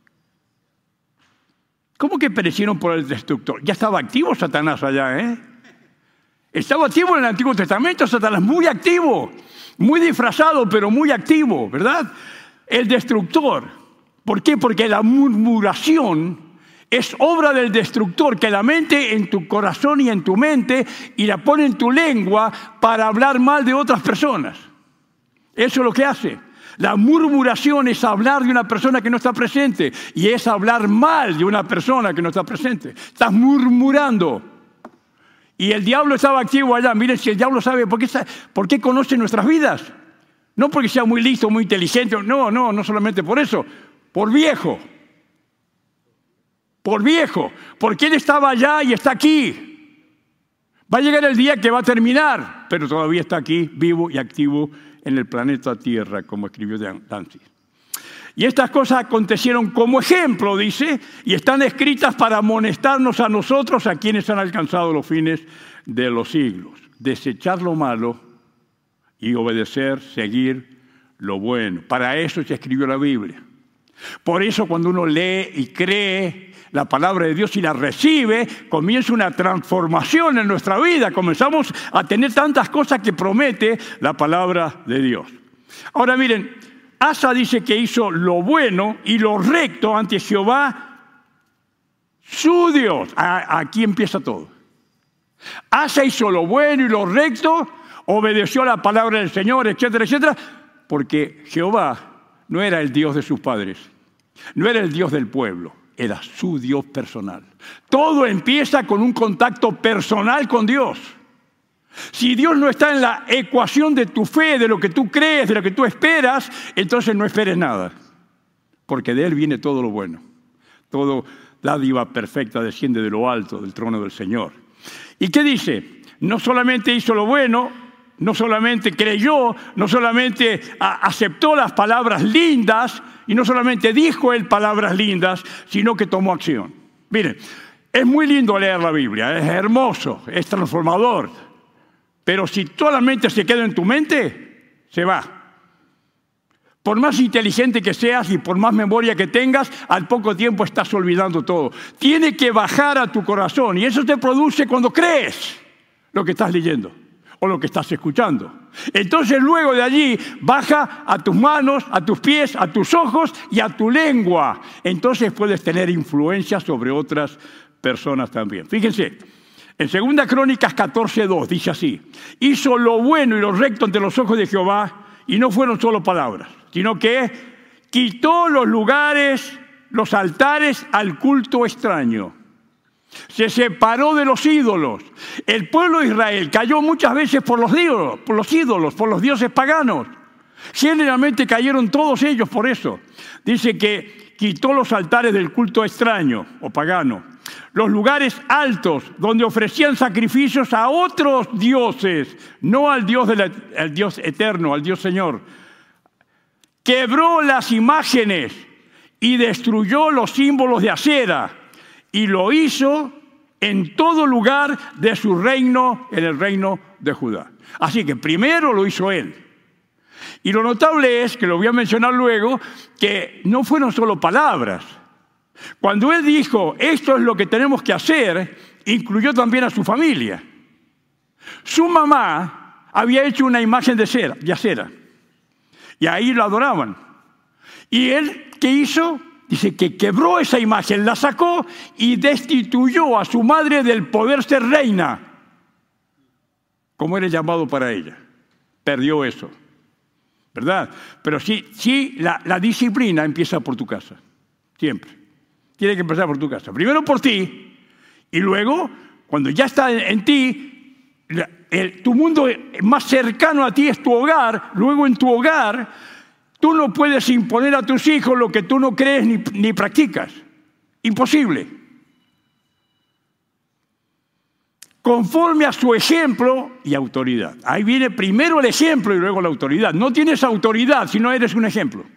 ¿Cómo que perecieron por el destructor? Ya estaba activo Satanás allá, ¿eh? Estaba activo en el Antiguo Testamento, Satanás, muy activo, muy disfrazado, pero muy activo, ¿verdad? El destructor. ¿Por qué? Porque la murmuración es obra del destructor, que la mente en tu corazón y en tu mente y la pone en tu lengua para hablar mal de otras personas. Eso es lo que hace. La murmuración es hablar de una persona que no está presente, y es hablar mal de una persona que no está presente. Estás murmurando. Y el diablo estaba activo allá. Miren, si el diablo sabe por qué, por qué conoce nuestras vidas. No porque sea muy listo, muy inteligente. No, no, no solamente por eso. Por viejo. Por viejo, porque él estaba allá y está aquí. Va a llegar el día que va a terminar, pero todavía está aquí, vivo y activo en el planeta Tierra, como escribió Dancy. Y estas cosas acontecieron como ejemplo, dice, y están escritas para amonestarnos a nosotros, a quienes han alcanzado los fines de los siglos. Desechar lo malo y obedecer, seguir lo bueno. Para eso se escribió la Biblia. Por eso cuando uno lee y cree la palabra de Dios y la recibe, comienza una transformación en nuestra vida. Comenzamos a tener tantas cosas que promete la palabra de Dios. Ahora miren, Asa dice que hizo lo bueno y lo recto ante Jehová, su Dios. Aquí empieza todo. Asa hizo lo bueno y lo recto, obedeció a la palabra del Señor, etcétera, etcétera, porque Jehová no era el Dios de sus padres, no era el Dios del pueblo, era su Dios personal. Todo empieza con un contacto personal con Dios. Si Dios no está en la ecuación de tu fe, de lo que tú crees, de lo que tú esperas, entonces no esperes nada, porque de Él viene todo lo bueno. Todo dádiva perfecta desciende de lo alto, del trono del Señor. ¿Y qué dice? No solamente hizo lo bueno, no solamente creyó, no solamente aceptó las palabras lindas, y no solamente dijo él palabras lindas, sino que tomó acción. Miren, es muy lindo leer la Biblia, es hermoso, es transformador, pero si solamente se queda en tu mente, se va. Por más inteligente que seas y por más memoria que tengas, al poco tiempo estás olvidando todo. Tiene que bajar a tu corazón, y eso se produce cuando crees lo que estás leyendo o lo que estás escuchando. Entonces luego de allí baja a tus manos, a tus pies, a tus ojos y a tu lengua. Entonces puedes tener influencia sobre otras personas también. Fíjense, en Segunda Crónicas catorce dos dice así: hizo lo bueno y lo recto ante los ojos de Jehová, y no fueron solo palabras, sino que quitó los lugares, los altares al culto extraño. Se separó de los ídolos. El pueblo de Israel cayó muchas veces por los ídolos, por los ídolos, por los dioses paganos. Generalmente cayeron todos ellos por eso. Dice que quitó los altares del culto extraño o pagano, los lugares altos donde ofrecían sacrificios a otros dioses, no al Dios, de la, al Dios eterno, al Dios Señor. Quebró las imágenes y destruyó los símbolos de acera. Y lo hizo en todo lugar de su reino, en el reino de Judá. Así que primero lo hizo él. Y lo notable es, que lo voy a mencionar luego, que no fueron solo palabras. Cuando él dijo, esto es lo que tenemos que hacer, incluyó también a su familia. Su mamá había hecho una imagen de cera, de acera, y ahí lo adoraban. Y él, ¿qué hizo? Dice que quebró esa imagen, la sacó y destituyó a su madre del poder ser reina, como era llamado para ella. Perdió eso, ¿verdad? Pero sí, sí la, la disciplina empieza por tu casa, siempre. Tiene que empezar por tu casa. Primero por ti, y luego, cuando ya está en, en ti, el, tu mundo más cercano a ti es tu hogar. Luego en tu hogar, tú no puedes imponer a tus hijos lo que tú no crees ni, ni practicas. Imposible. Conforme a su ejemplo y autoridad. Ahí viene primero el ejemplo y luego la autoridad. No tienes autoridad si no eres un ejemplo.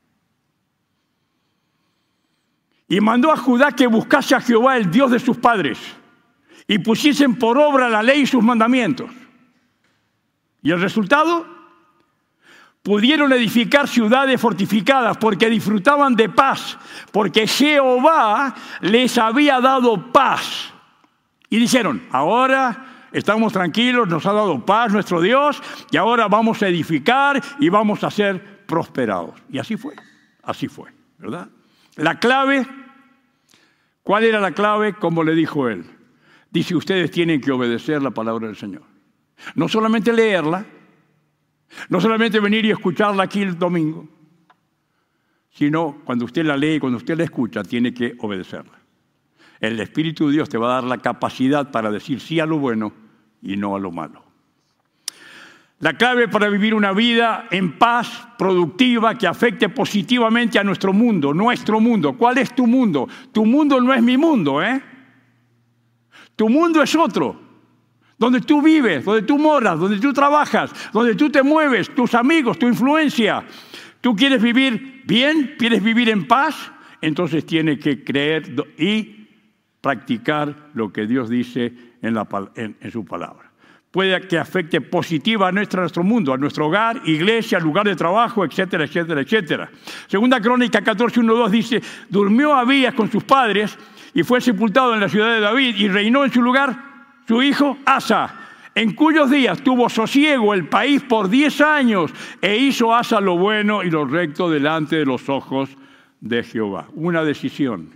Y mandó a Judá que buscase a Jehová, el Dios de sus padres, y pusiesen por obra la ley y sus mandamientos. ¿Y el resultado? Pudieron edificar ciudades fortificadas porque disfrutaban de paz, porque Jehová les había dado paz. Y dijeron, ahora estamos tranquilos, nos ha dado paz nuestro Dios, y ahora vamos a edificar y vamos a ser prosperados. Y así fue, así fue, ¿verdad? La clave, ¿cuál era la clave? Como le dijo él. Dice, ustedes tienen que obedecer la palabra del Señor. No solamente leerla, no solamente venir y escucharla aquí el domingo, sino cuando usted la lee y cuando usted la escucha, tiene que obedecerla. El Espíritu de Dios te va a dar la capacidad para decir sí a lo bueno y no a lo malo. La clave para vivir una vida en paz, productiva, que afecte positivamente a nuestro mundo, nuestro mundo. ¿Cuál es tu mundo? Tu mundo no es mi mundo, ¿eh? Tu mundo es otro. Donde tú vives, donde tú moras, donde tú trabajas, donde tú te mueves, tus amigos, tu influencia. ¿Tú quieres vivir bien? ¿Quieres vivir en paz? Entonces tienes que creer y practicar lo que Dios dice en, la, en, en su palabra. Puede que afecte positiva a nuestro, a nuestro mundo, a nuestro hogar, iglesia, lugar de trabajo, etcétera, etcétera, etcétera. Segunda Crónica catorce, uno, dos dice, durmió Abías con sus padres y fue sepultado en la ciudad de David y reinó en su lugar su hijo Asa, en cuyos días tuvo sosiego el país por diez años e hizo Asa lo bueno y lo recto delante de los ojos de Jehová. Una decisión,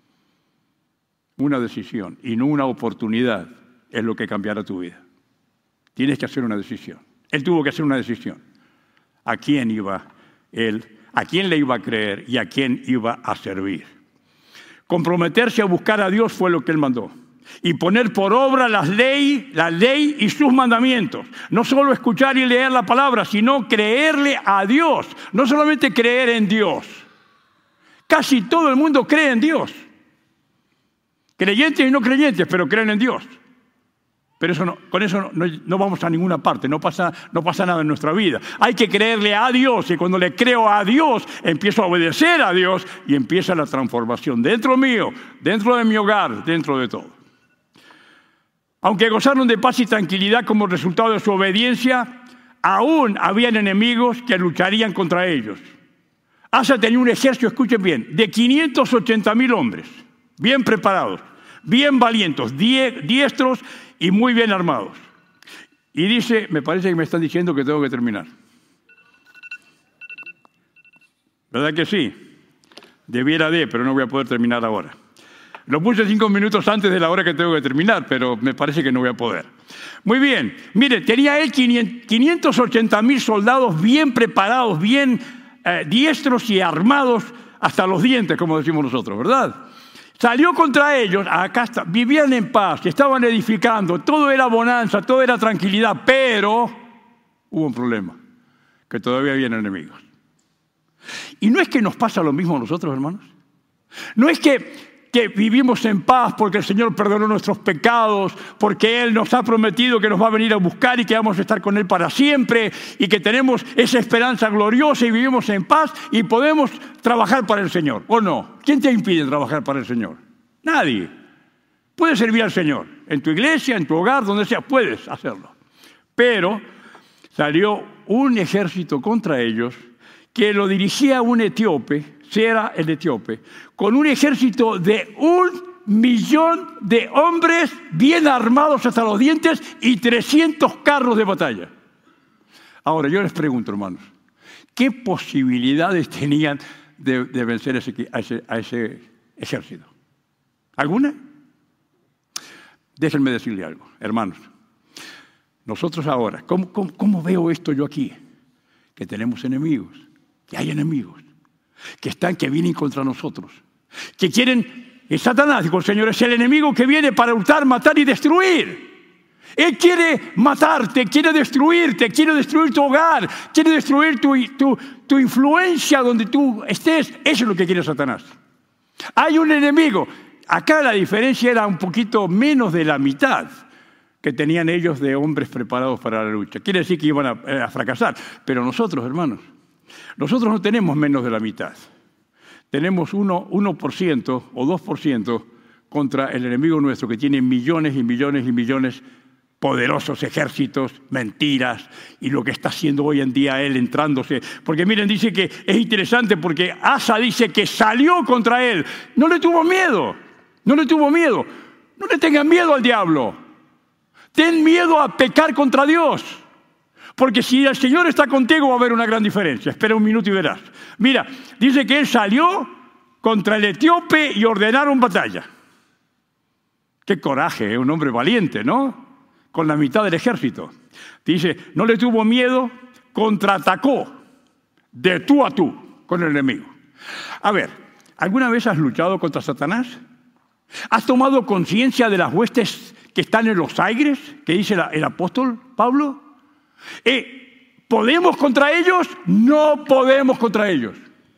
una decisión y no una oportunidad es lo que cambiará tu vida. Tienes que hacer una decisión. Él tuvo que hacer una decisión. ¿A quién iba él? ¿A quién le iba a creer? ¿Y a quién iba a servir? Comprometerse a buscar a Dios fue lo que él mandó. Y poner por obra las ley, la ley y sus mandamientos. No solo escuchar y leer la palabra, sino creerle a Dios. No solamente creer en Dios. Casi todo el mundo cree en Dios. Creyentes y no creyentes, pero creen en Dios. Pero eso no, con eso no, no, no vamos a ninguna parte, no pasa, no pasa nada en nuestra vida. Hay que creerle a Dios, y cuando le creo a Dios, empiezo a obedecer a Dios y empieza la transformación dentro mío, dentro de mi hogar, dentro de todo. Aunque gozaron de paz y tranquilidad como resultado de su obediencia, aún habían enemigos que lucharían contra ellos. Asa tenía un ejército, escuchen bien, de quinientos ochenta mil hombres, bien preparados, bien valientes, die, diestros y muy bien armados. Y dice, me parece que me están diciendo que tengo que terminar. ¿Verdad que sí? Debiera de, pero no voy a poder terminar ahora. Lo puse cinco minutos antes de la hora que tengo que terminar, pero me parece que no voy a poder. Muy bien. Mire, tenía él quinientos ochenta mil soldados bien preparados, bien eh, diestros y armados hasta los dientes, como decimos nosotros, ¿verdad? Salió contra ellos, acá está, vivían en paz, estaban edificando, todo era bonanza, todo era tranquilidad, pero hubo un problema, que todavía había enemigos. Y no es que nos pasa lo mismo a nosotros, hermanos. No es que, que vivimos en paz porque el Señor perdonó nuestros pecados, porque Él nos ha prometido que nos va a venir a buscar y que vamos a estar con Él para siempre y que tenemos esa esperanza gloriosa y vivimos en paz y podemos trabajar para el Señor. ¿O no? ¿Quién te impide trabajar para el Señor? Nadie. Puedes servir al Señor, en tu iglesia, en tu hogar, donde sea, puedes hacerlo. Pero salió un ejército contra ellos que lo dirigía un etíope, Sera el etíope, con un ejército de un millón de hombres bien armados hasta los dientes y trescientos carros de batalla. Ahora, yo les pregunto, hermanos, ¿qué posibilidades tenían de, de vencer ese, a, ese, a ese ejército? ¿Alguna? Déjenme decirle algo, hermanos. Nosotros ahora, ¿cómo, cómo, cómo veo esto yo aquí? Que tenemos enemigos, que hay enemigos, que están, que vienen contra nosotros, que quieren, es Satanás, dijo el Señor, es el enemigo que viene para hurtar, matar y destruir. Él quiere matarte, quiere destruirte, quiere destruir tu hogar, quiere destruir tu, tu, tu influencia donde tú estés. Eso es lo que quiere Satanás. Hay un enemigo. Acá la diferencia era un poquito menos de la mitad que tenían ellos de hombres preparados para la lucha. Quiere decir que iban a, a fracasar. Pero nosotros, hermanos, nosotros no tenemos menos de la mitad. Tenemos uno por ciento o dos por ciento contra el enemigo nuestro que tiene millones y millones y millones, poderosos ejércitos, mentiras, y lo que está haciendo hoy en día él entrándose. Porque miren, dice que es interesante porque Asa dice que salió contra él. No le tuvo miedo, no le tuvo miedo. No le tengan miedo al diablo. Ten miedo a pecar contra Dios. Porque si el Señor está contigo va a haber una gran diferencia. Espera un minuto y verás. Mira, dice que él salió contra el etíope y ordenaron batalla. Qué coraje, ¿eh? Un hombre valiente, ¿no? Con la mitad del ejército. Dice, no le tuvo miedo, contraatacó de tú a tú con el enemigo. A ver, ¿alguna vez has luchado contra Satanás? ¿Has tomado conciencia de las huestes que están en los aires, que dice la, el apóstol Pablo? Eh, ¿Podemos contra ellos? No podemos contra ellos.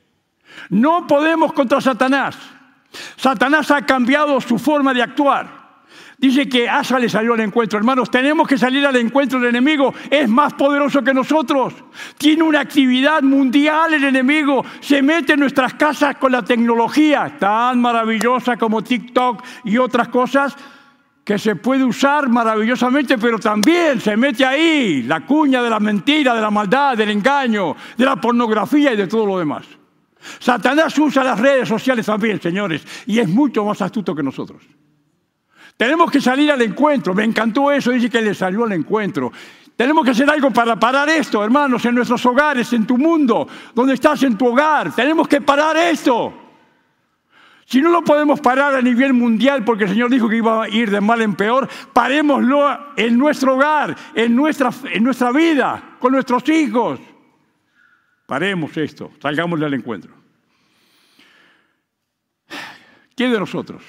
No podemos contra Satanás. Satanás ha cambiado su forma de actuar. Dice que Asa le salió al encuentro. Hermanos, tenemos que salir al encuentro del enemigo. Es más poderoso que nosotros. Tiene una actividad mundial el enemigo. Se mete en nuestras casas con la tecnología tan maravillosa como TikTok y otras cosas que se puede usar maravillosamente, pero también se mete ahí la cuña de la mentira, de la maldad, del engaño, de la pornografía y de todo lo demás. Satanás usa las redes sociales también, señores, y es mucho más astuto que nosotros. Tenemos que salir al encuentro. Me encantó eso, dice que le salió al encuentro. Tenemos que hacer algo para parar esto, hermanos, en nuestros hogares, en tu mundo, donde estás en tu hogar. Tenemos que parar esto. Si no lo podemos parar a nivel mundial, porque el Señor dijo que iba a ir de mal en peor, parémoslo en nuestro hogar, en nuestra, en nuestra vida, con nuestros hijos. Paremos esto, salgámosle al encuentro. ¿Quién de nosotros?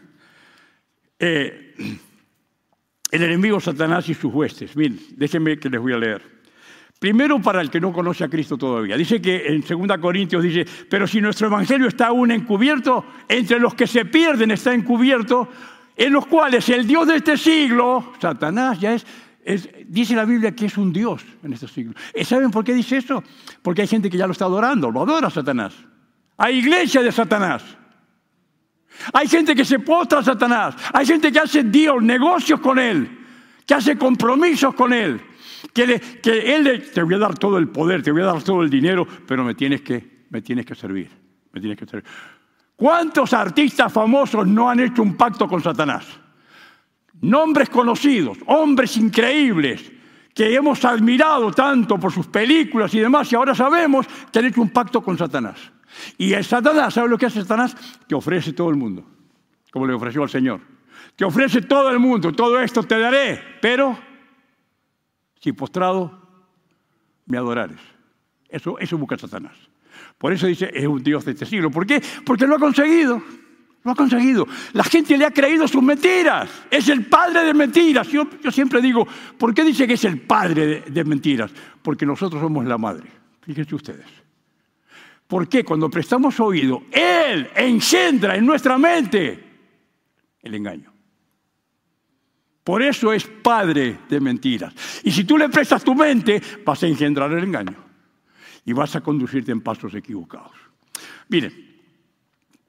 Eh, el enemigo Satanás y sus huestes. Miren, déjenme que les voy a leer. Primero, para el que no conoce a Cristo todavía. Dice que en segunda Corintios dice, pero si nuestro evangelio está aún encubierto, entre los que se pierden está encubierto, en los cuales el Dios de este siglo, Satanás, ya es, es dice la Biblia que es un Dios en este siglo. ¿Saben por qué dice eso? Porque hay gente que ya lo está adorando, lo adora a Satanás. Hay iglesia de Satanás. Hay gente que se postra a Satanás. Hay gente que hace deals, negocios con él, que hace compromisos con él, que, le, que él le, te voy a dar todo el poder, te voy a dar todo el dinero, pero me tienes que, me tienes que servir, me tienes que servir. ¿Cuántos artistas famosos no han hecho un pacto con Satanás? Nombres conocidos, hombres increíbles, que hemos admirado tanto por sus películas y demás, y ahora sabemos que han hecho un pacto con Satanás. Y el Satanás, ¿sabe lo que hace Satanás? Te ofrece todo el mundo, como le ofreció al Señor. Te ofrece todo el mundo, todo esto te daré, pero si postrado me adorares. Eso, eso busca Satanás. Por eso dice, es un Dios de este siglo. ¿Por qué? Porque lo ha conseguido. Lo ha conseguido. La gente le ha creído sus mentiras. Es el padre de mentiras. Yo, yo siempre digo, ¿por qué dice que es el padre de, de mentiras? Porque nosotros somos la madre. Fíjense ustedes. ¿Por qué? Cuando prestamos oído, Él engendra en nuestra mente el engaño. Por eso es padre de mentiras. Y si tú le prestas tu mente, vas a engendrar el engaño. Y vas a conducirte en pasos equivocados. Miren,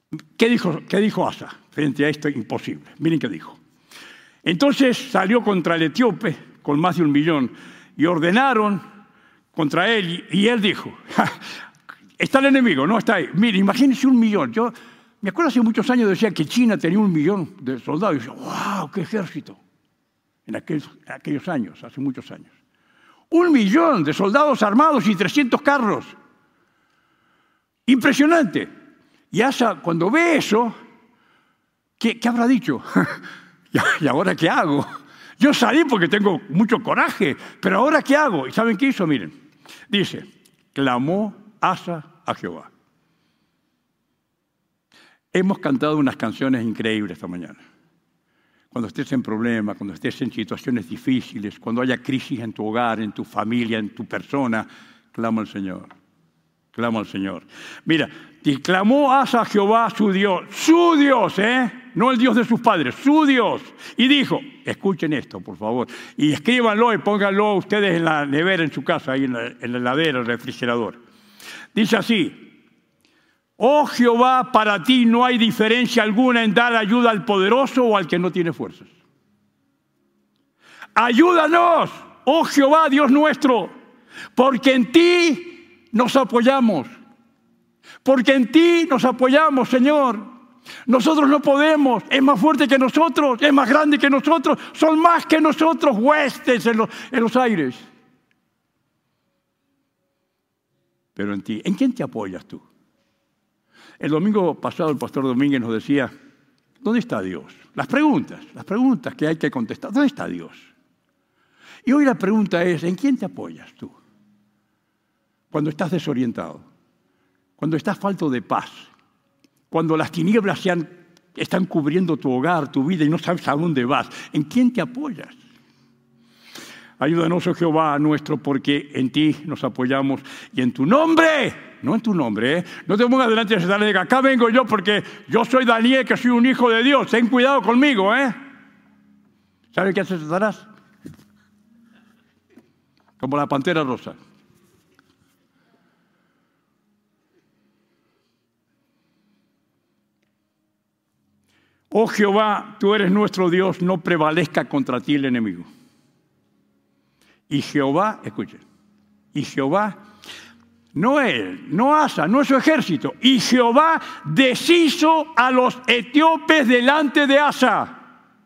¿Qué dijo, qué dijo Asa frente a esto imposible? Miren qué dijo. Entonces salió contra el etíope con más de un millón y ordenaron contra él y, y él dijo, está el enemigo, no está ahí. Miren, imagínense un millón. Yo me acuerdo hace muchos años decía que China tenía un millón de soldados. Y yo decía, wow, qué ejército. En aquellos, en aquellos años, hace muchos años. Un millón de soldados armados y trescientos carros. Impresionante. Y Asa, cuando ve eso, ¿qué, qué habrá dicho? ¿Y ahora qué hago? Yo salí porque tengo mucho coraje, pero ¿ahora qué hago? ¿Y saben qué hizo? Miren, dice, clamó Asa a Jehová. Hemos cantado unas canciones increíbles esta mañana. Cuando estés en problemas, cuando estés en situaciones difíciles, cuando haya crisis en tu hogar, en tu familia, en tu persona, clama al Señor. Clama al Señor. Mira, y clamó Asa a Jehová su Dios, su Dios, ¿eh? No el Dios de sus padres, su Dios. Y dijo, escuchen esto, por favor, y escríbanlo y pónganlo ustedes en la nevera en su casa, ahí en la, en la heladera, el refrigerador. Dice así, oh Jehová, para ti no hay diferencia alguna en dar ayuda al poderoso o al que no tiene fuerzas. Ayúdanos, oh Jehová, Dios nuestro, porque en ti nos apoyamos. Porque en ti nos apoyamos, Señor. Nosotros no podemos, es más fuerte que nosotros, es más grande que nosotros, son más que nosotros, huestes en los, en los aires. Pero en ti, ¿en quién te apoyas tú? El domingo pasado el pastor Domínguez nos decía, ¿dónde está Dios? Las preguntas, las preguntas que hay que contestar, ¿dónde está Dios? Y hoy la pregunta es, ¿en quién te apoyas tú? Cuando estás desorientado, cuando estás falto de paz, cuando las tinieblas se han, están cubriendo tu hogar, tu vida y no sabes a dónde vas, ¿en quién te apoyas? Ayúdanos, oh Jehová nuestro, porque en ti nos apoyamos y en tu nombre, no en tu nombre, ¿eh? No te pongas delante de Satanás y digas, acá vengo yo porque yo soy Daniel, que soy un hijo de Dios, ten cuidado conmigo, ¿eh? ¿Sabe qué hace Satanás? Como la pantera rosa. Oh Jehová, tú eres nuestro Dios, no prevalezca contra ti el enemigo. Y Jehová, escuchen, y Jehová, no él, no Asa, no es su ejército, y Jehová deshizo a los etíopes delante de Asa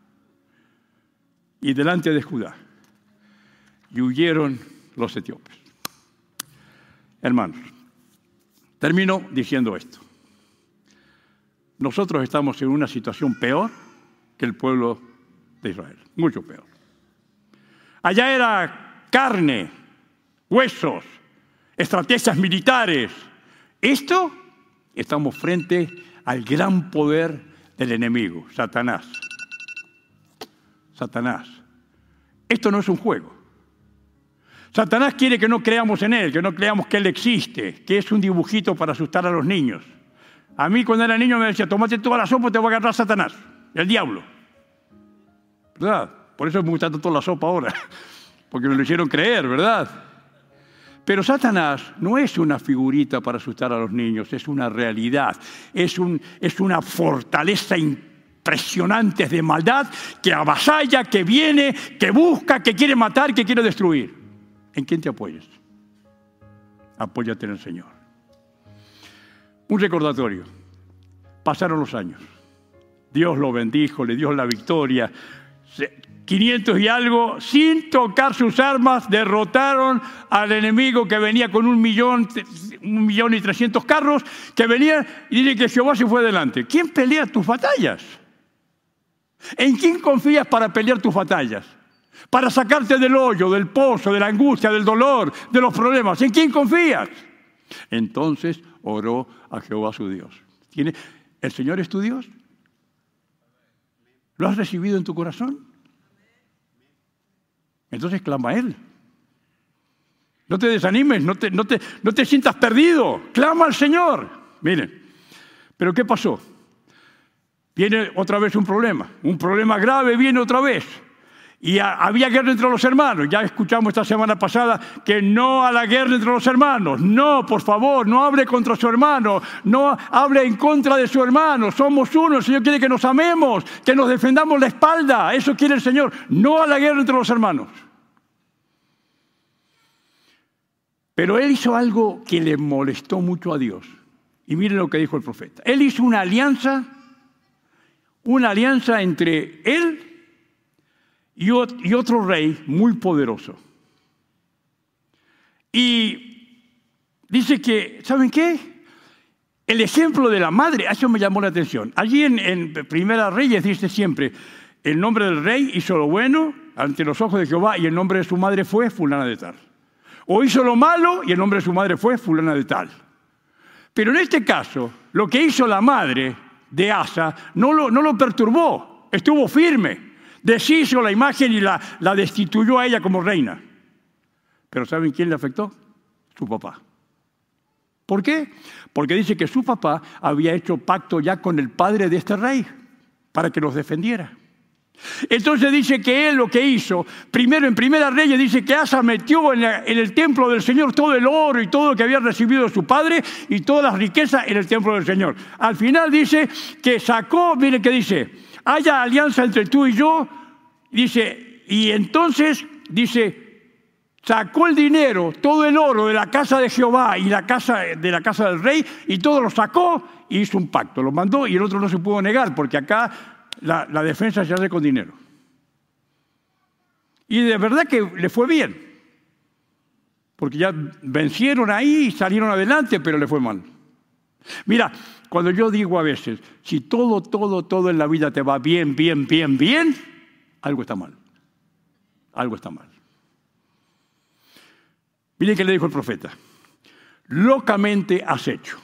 y delante de Judá, y huyeron los etíopes. Hermanos, termino diciendo esto. Nosotros estamos en una situación peor que el pueblo de Israel, mucho peor. Allá era carne, huesos, estrategias militares. Esto, estamos frente al gran poder del enemigo, Satanás. Satanás. Esto no es un juego. Satanás quiere que no creamos en él, que no creamos que él existe, que es un dibujito para asustar a los niños. A mí cuando era niño me decía, tómate toda la sopa y te va a agarrar Satanás, el diablo. ¿Verdad? Por eso me gusta tanto la sopa ahora, porque me lo hicieron creer, ¿verdad? Pero Satanás no es una figurita para asustar a los niños, es una realidad, es, un, es una fortaleza impresionante de maldad que avasalla, que viene, que busca, que quiere matar, que quiere destruir. ¿En quién te apoyas? Apóyate en el Señor. Un recordatorio. Pasaron los años. Dios lo bendijo, le dio la victoria. quinientos y algo, sin tocar sus armas, derrotaron al enemigo que venía con un millón, un millón y trescientos carros, que venían y dice que Jehová se fue adelante. ¿Quién pelea tus batallas? ¿En quién confías para pelear tus batallas? Para sacarte del hoyo, del pozo, de la angustia, del dolor, de los problemas. ¿En quién confías? Entonces oró a Jehová su Dios. ¿Tiene, ¿El Señor es tu Dios? ¿Lo has recibido en tu corazón? Entonces clama a Él. No te desanimes, no te, no te, no te sientas perdido. Clama al Señor. Miren, pero ¿qué pasó? Viene otra vez un problema. Un problema grave viene otra vez. Y a, había guerra entre los hermanos. Ya escuchamos esta semana pasada que no a la guerra entre los hermanos. No, por favor, no hable contra su hermano. No hable en contra de su hermano. Somos uno. El Señor quiere que nos amemos, que nos defendamos la espalda. Eso quiere el Señor. No a la guerra entre los hermanos. Pero él hizo algo que le molestó mucho a Dios. Y miren lo que dijo el profeta. Él hizo una alianza, una alianza entre él y otro rey muy poderoso. Y dice que, ¿saben qué? El ejemplo de la madre, eso me llamó la atención. Allí en, en Primera Reyes dice siempre, el nombre del rey hizo lo bueno ante los ojos de Jehová y el nombre de su madre fue fulana de tal. O hizo lo malo y el nombre de su madre fue fulana de tal. Pero en este caso, lo que hizo la madre de Asa no lo, no lo perturbó, estuvo firme. Deshizo la imagen y la, la destituyó a ella como reina. Pero ¿saben quién le afectó? Su papá. ¿Por qué? Porque dice que su papá había hecho pacto ya con el padre de este rey para que los defendiera. Entonces dice que él lo que hizo, primero en Primera Reyes dice que Asa metió en, la, en el templo del Señor todo el oro y todo lo que había recibido de su padre y todas las riquezas en el templo del Señor. Al final dice que sacó, miren que dice, haya alianza entre tú y yo, dice, y entonces dice, sacó el dinero, todo el oro de la casa de Jehová y la casa de la casa del rey y todo lo sacó y hizo un pacto, lo mandó y el otro no se pudo negar porque acá La, la defensa se hace con dinero. Y de verdad que le fue bien. Porque ya vencieron ahí y salieron adelante, pero le fue mal. Mira, cuando yo digo a veces, si todo, todo, todo en la vida te va bien, bien, bien, bien, algo está mal. Algo está mal. Miren qué le dijo el profeta. Locamente has hecho.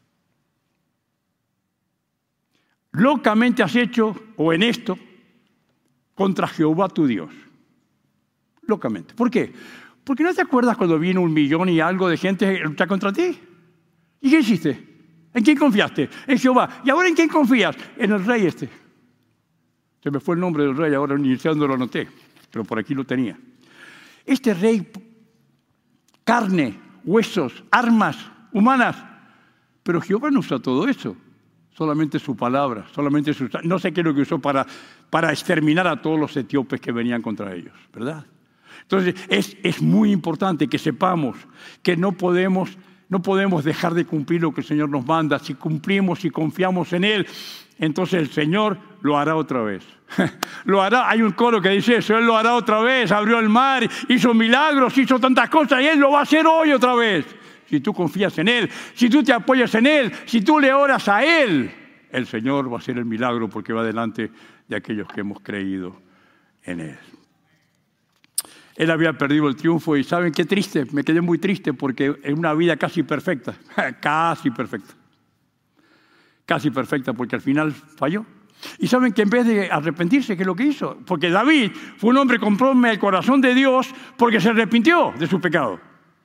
Locamente has hecho, o en esto, contra Jehová tu Dios. Locamente. ¿Por qué? Porque no te acuerdas cuando vino un millón y algo de gente a luchar contra ti. ¿Y qué hiciste? ¿En quién confiaste? En Jehová. ¿Y ahora en quién confías? En el rey este. Se me fue el nombre del rey, ahora ni sé dónde lo anoté, pero por aquí lo tenía. Este rey, carne, huesos, armas humanas. Pero Jehová no usa todo eso. Solamente su palabra, solamente su... No sé qué es lo que usó para, para exterminar a todos los etíopes que venían contra ellos, ¿verdad? Entonces, es, es muy importante que sepamos que no podemos, no podemos dejar de cumplir lo que el Señor nos manda. Si cumplimos y confiamos en Él, entonces el Señor lo hará otra vez. Lo hará. Hay un coro que dice eso, Él lo hará otra vez. Abrió el mar, hizo milagros, hizo tantas cosas y Él lo va a hacer hoy otra vez. Si tú confías en Él, si tú te apoyas en Él, si tú le oras a Él, el Señor va a hacer el milagro porque va delante de aquellos que hemos creído en Él. Él había perdido el triunfo y ¿saben qué triste? Me quedé muy triste porque en una vida casi perfecta, casi perfecta, casi perfecta porque al final falló. Y ¿saben que en vez de arrepentirse, qué es lo que hizo? Porque David fue un hombre conforme al corazón de Dios porque se arrepintió de su pecado.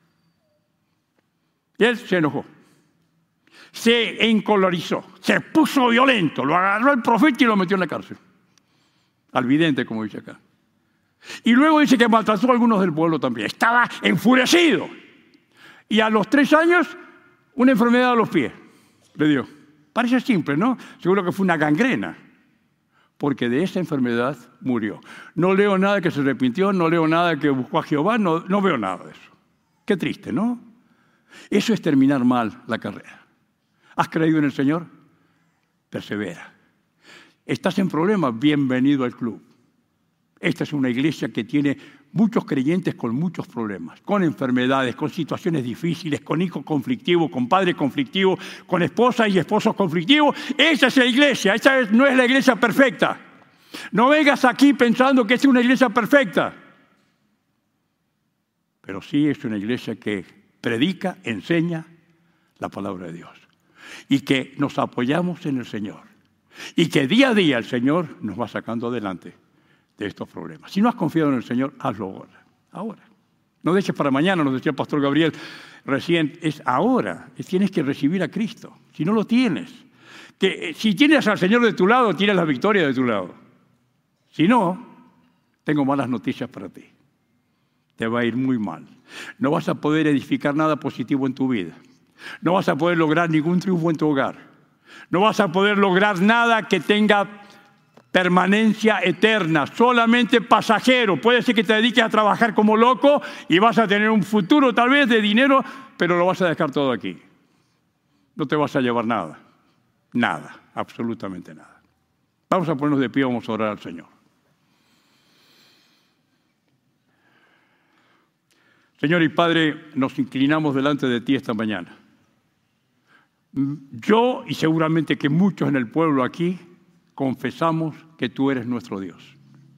Y él se enojó, se encolorizó, se puso violento, lo agarró el profeta y lo metió en la cárcel. Al vidente, como dice acá. Y luego dice que maltrató a algunos del pueblo también. Estaba enfurecido. Y a los tres años, una enfermedad a los pies le dio. Parece simple, ¿no? Seguro que fue una gangrena. Porque de esa enfermedad murió. No leo nada que se arrepintió, no leo nada que buscó a Jehová, no, no veo nada de eso. Qué triste, ¿no? Eso es terminar mal la carrera. ¿Has creído en el Señor? Persevera. ¿Estás en problemas? Bienvenido al club. Esta es una iglesia que tiene muchos creyentes con muchos problemas, con enfermedades, con situaciones difíciles, con hijos conflictivos, con padres conflictivos, con esposas y esposos conflictivos. Esa es la iglesia, esa no es la iglesia perfecta. No vengas aquí pensando que es una iglesia perfecta. Pero sí es una iglesia que predica, enseña la palabra de Dios. Y que nos apoyamos en el Señor. Y que día a día el Señor nos va sacando adelante de estos problemas. Si no has confiado en el Señor, hazlo ahora. Ahora. No dejes para mañana, nos decía el pastor Gabriel recién, es ahora. Tienes que recibir a Cristo. Si no lo tienes. Que, si tienes al Señor de tu lado, tienes la victoria de tu lado. Si no, tengo malas noticias para ti. Te va a ir muy mal. No vas a poder edificar nada positivo en tu vida. No vas a poder lograr ningún triunfo en tu hogar. No vas a poder lograr nada que tenga permanencia eterna, solamente pasajero. Puede ser que te dediques a trabajar como loco y vas a tener un futuro tal vez de dinero, pero lo vas a dejar todo aquí. No te vas a llevar nada. Nada, absolutamente nada. Vamos a ponernos de pie, vamos a orar al Señor. Señor y Padre, nos inclinamos delante de ti esta mañana. Yo y seguramente que muchos en el pueblo aquí confesamos que tú eres nuestro Dios.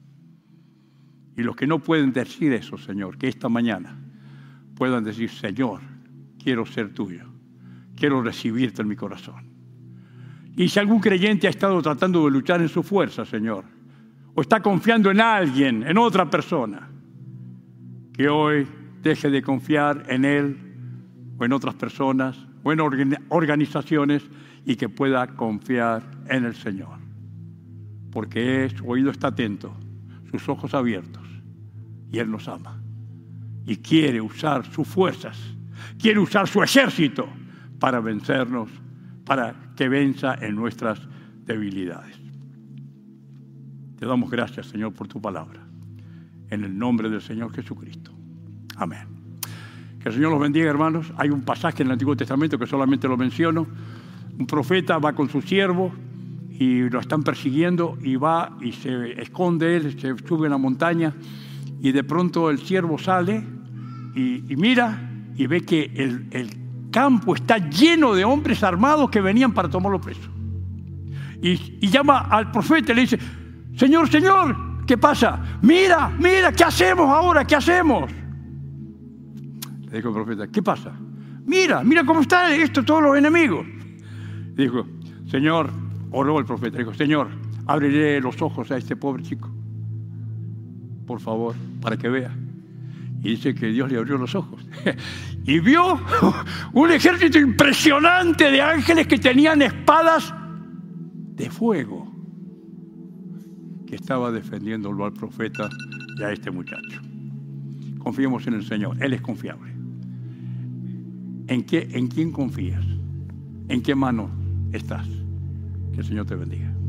Y los que no pueden decir eso, Señor, que esta mañana puedan decir, Señor, quiero ser tuyo, quiero recibirte en mi corazón. Y si algún creyente ha estado tratando de luchar en su fuerza, Señor, o está confiando en alguien, en otra persona, que hoy deje de confiar en él o en otras personas o en organizaciones y que pueda confiar en el Señor. Porque su oído está atento, sus ojos abiertos y Él nos ama. Y quiere usar sus fuerzas, quiere usar su ejército para vencernos, para que venza en nuestras debilidades. Te damos gracias, Señor, por tu palabra. En el nombre del Señor Jesucristo. Amén. Que el Señor los bendiga, hermanos. Hay un pasaje en el Antiguo Testamento que solamente lo menciono. Un profeta va con su siervo y lo están persiguiendo y va y se esconde él, se sube a la montaña y de pronto el siervo sale y, y mira y ve que el, el campo está lleno de hombres armados que venían para tomarlo preso. Y, y llama al profeta y le dice, Señor, Señor, ¿qué pasa? Mira, mira, ¿qué hacemos ahora? ¿Qué hacemos? Le dijo el profeta, ¿qué pasa? Mira, mira cómo están esto, todos los enemigos. Dijo, Señor, oró el profeta, dijo, Señor, ábrele los ojos a este pobre chico, por favor, para que vea. Y dice que Dios le abrió los ojos. Y vio un ejército impresionante de ángeles que tenían espadas de fuego, que estaba defendiéndolo al profeta y a este muchacho. Confiemos en el Señor, Él es confiable. ¿En qué, en quién confías? ¿En qué mano estás? Que el Señor te bendiga.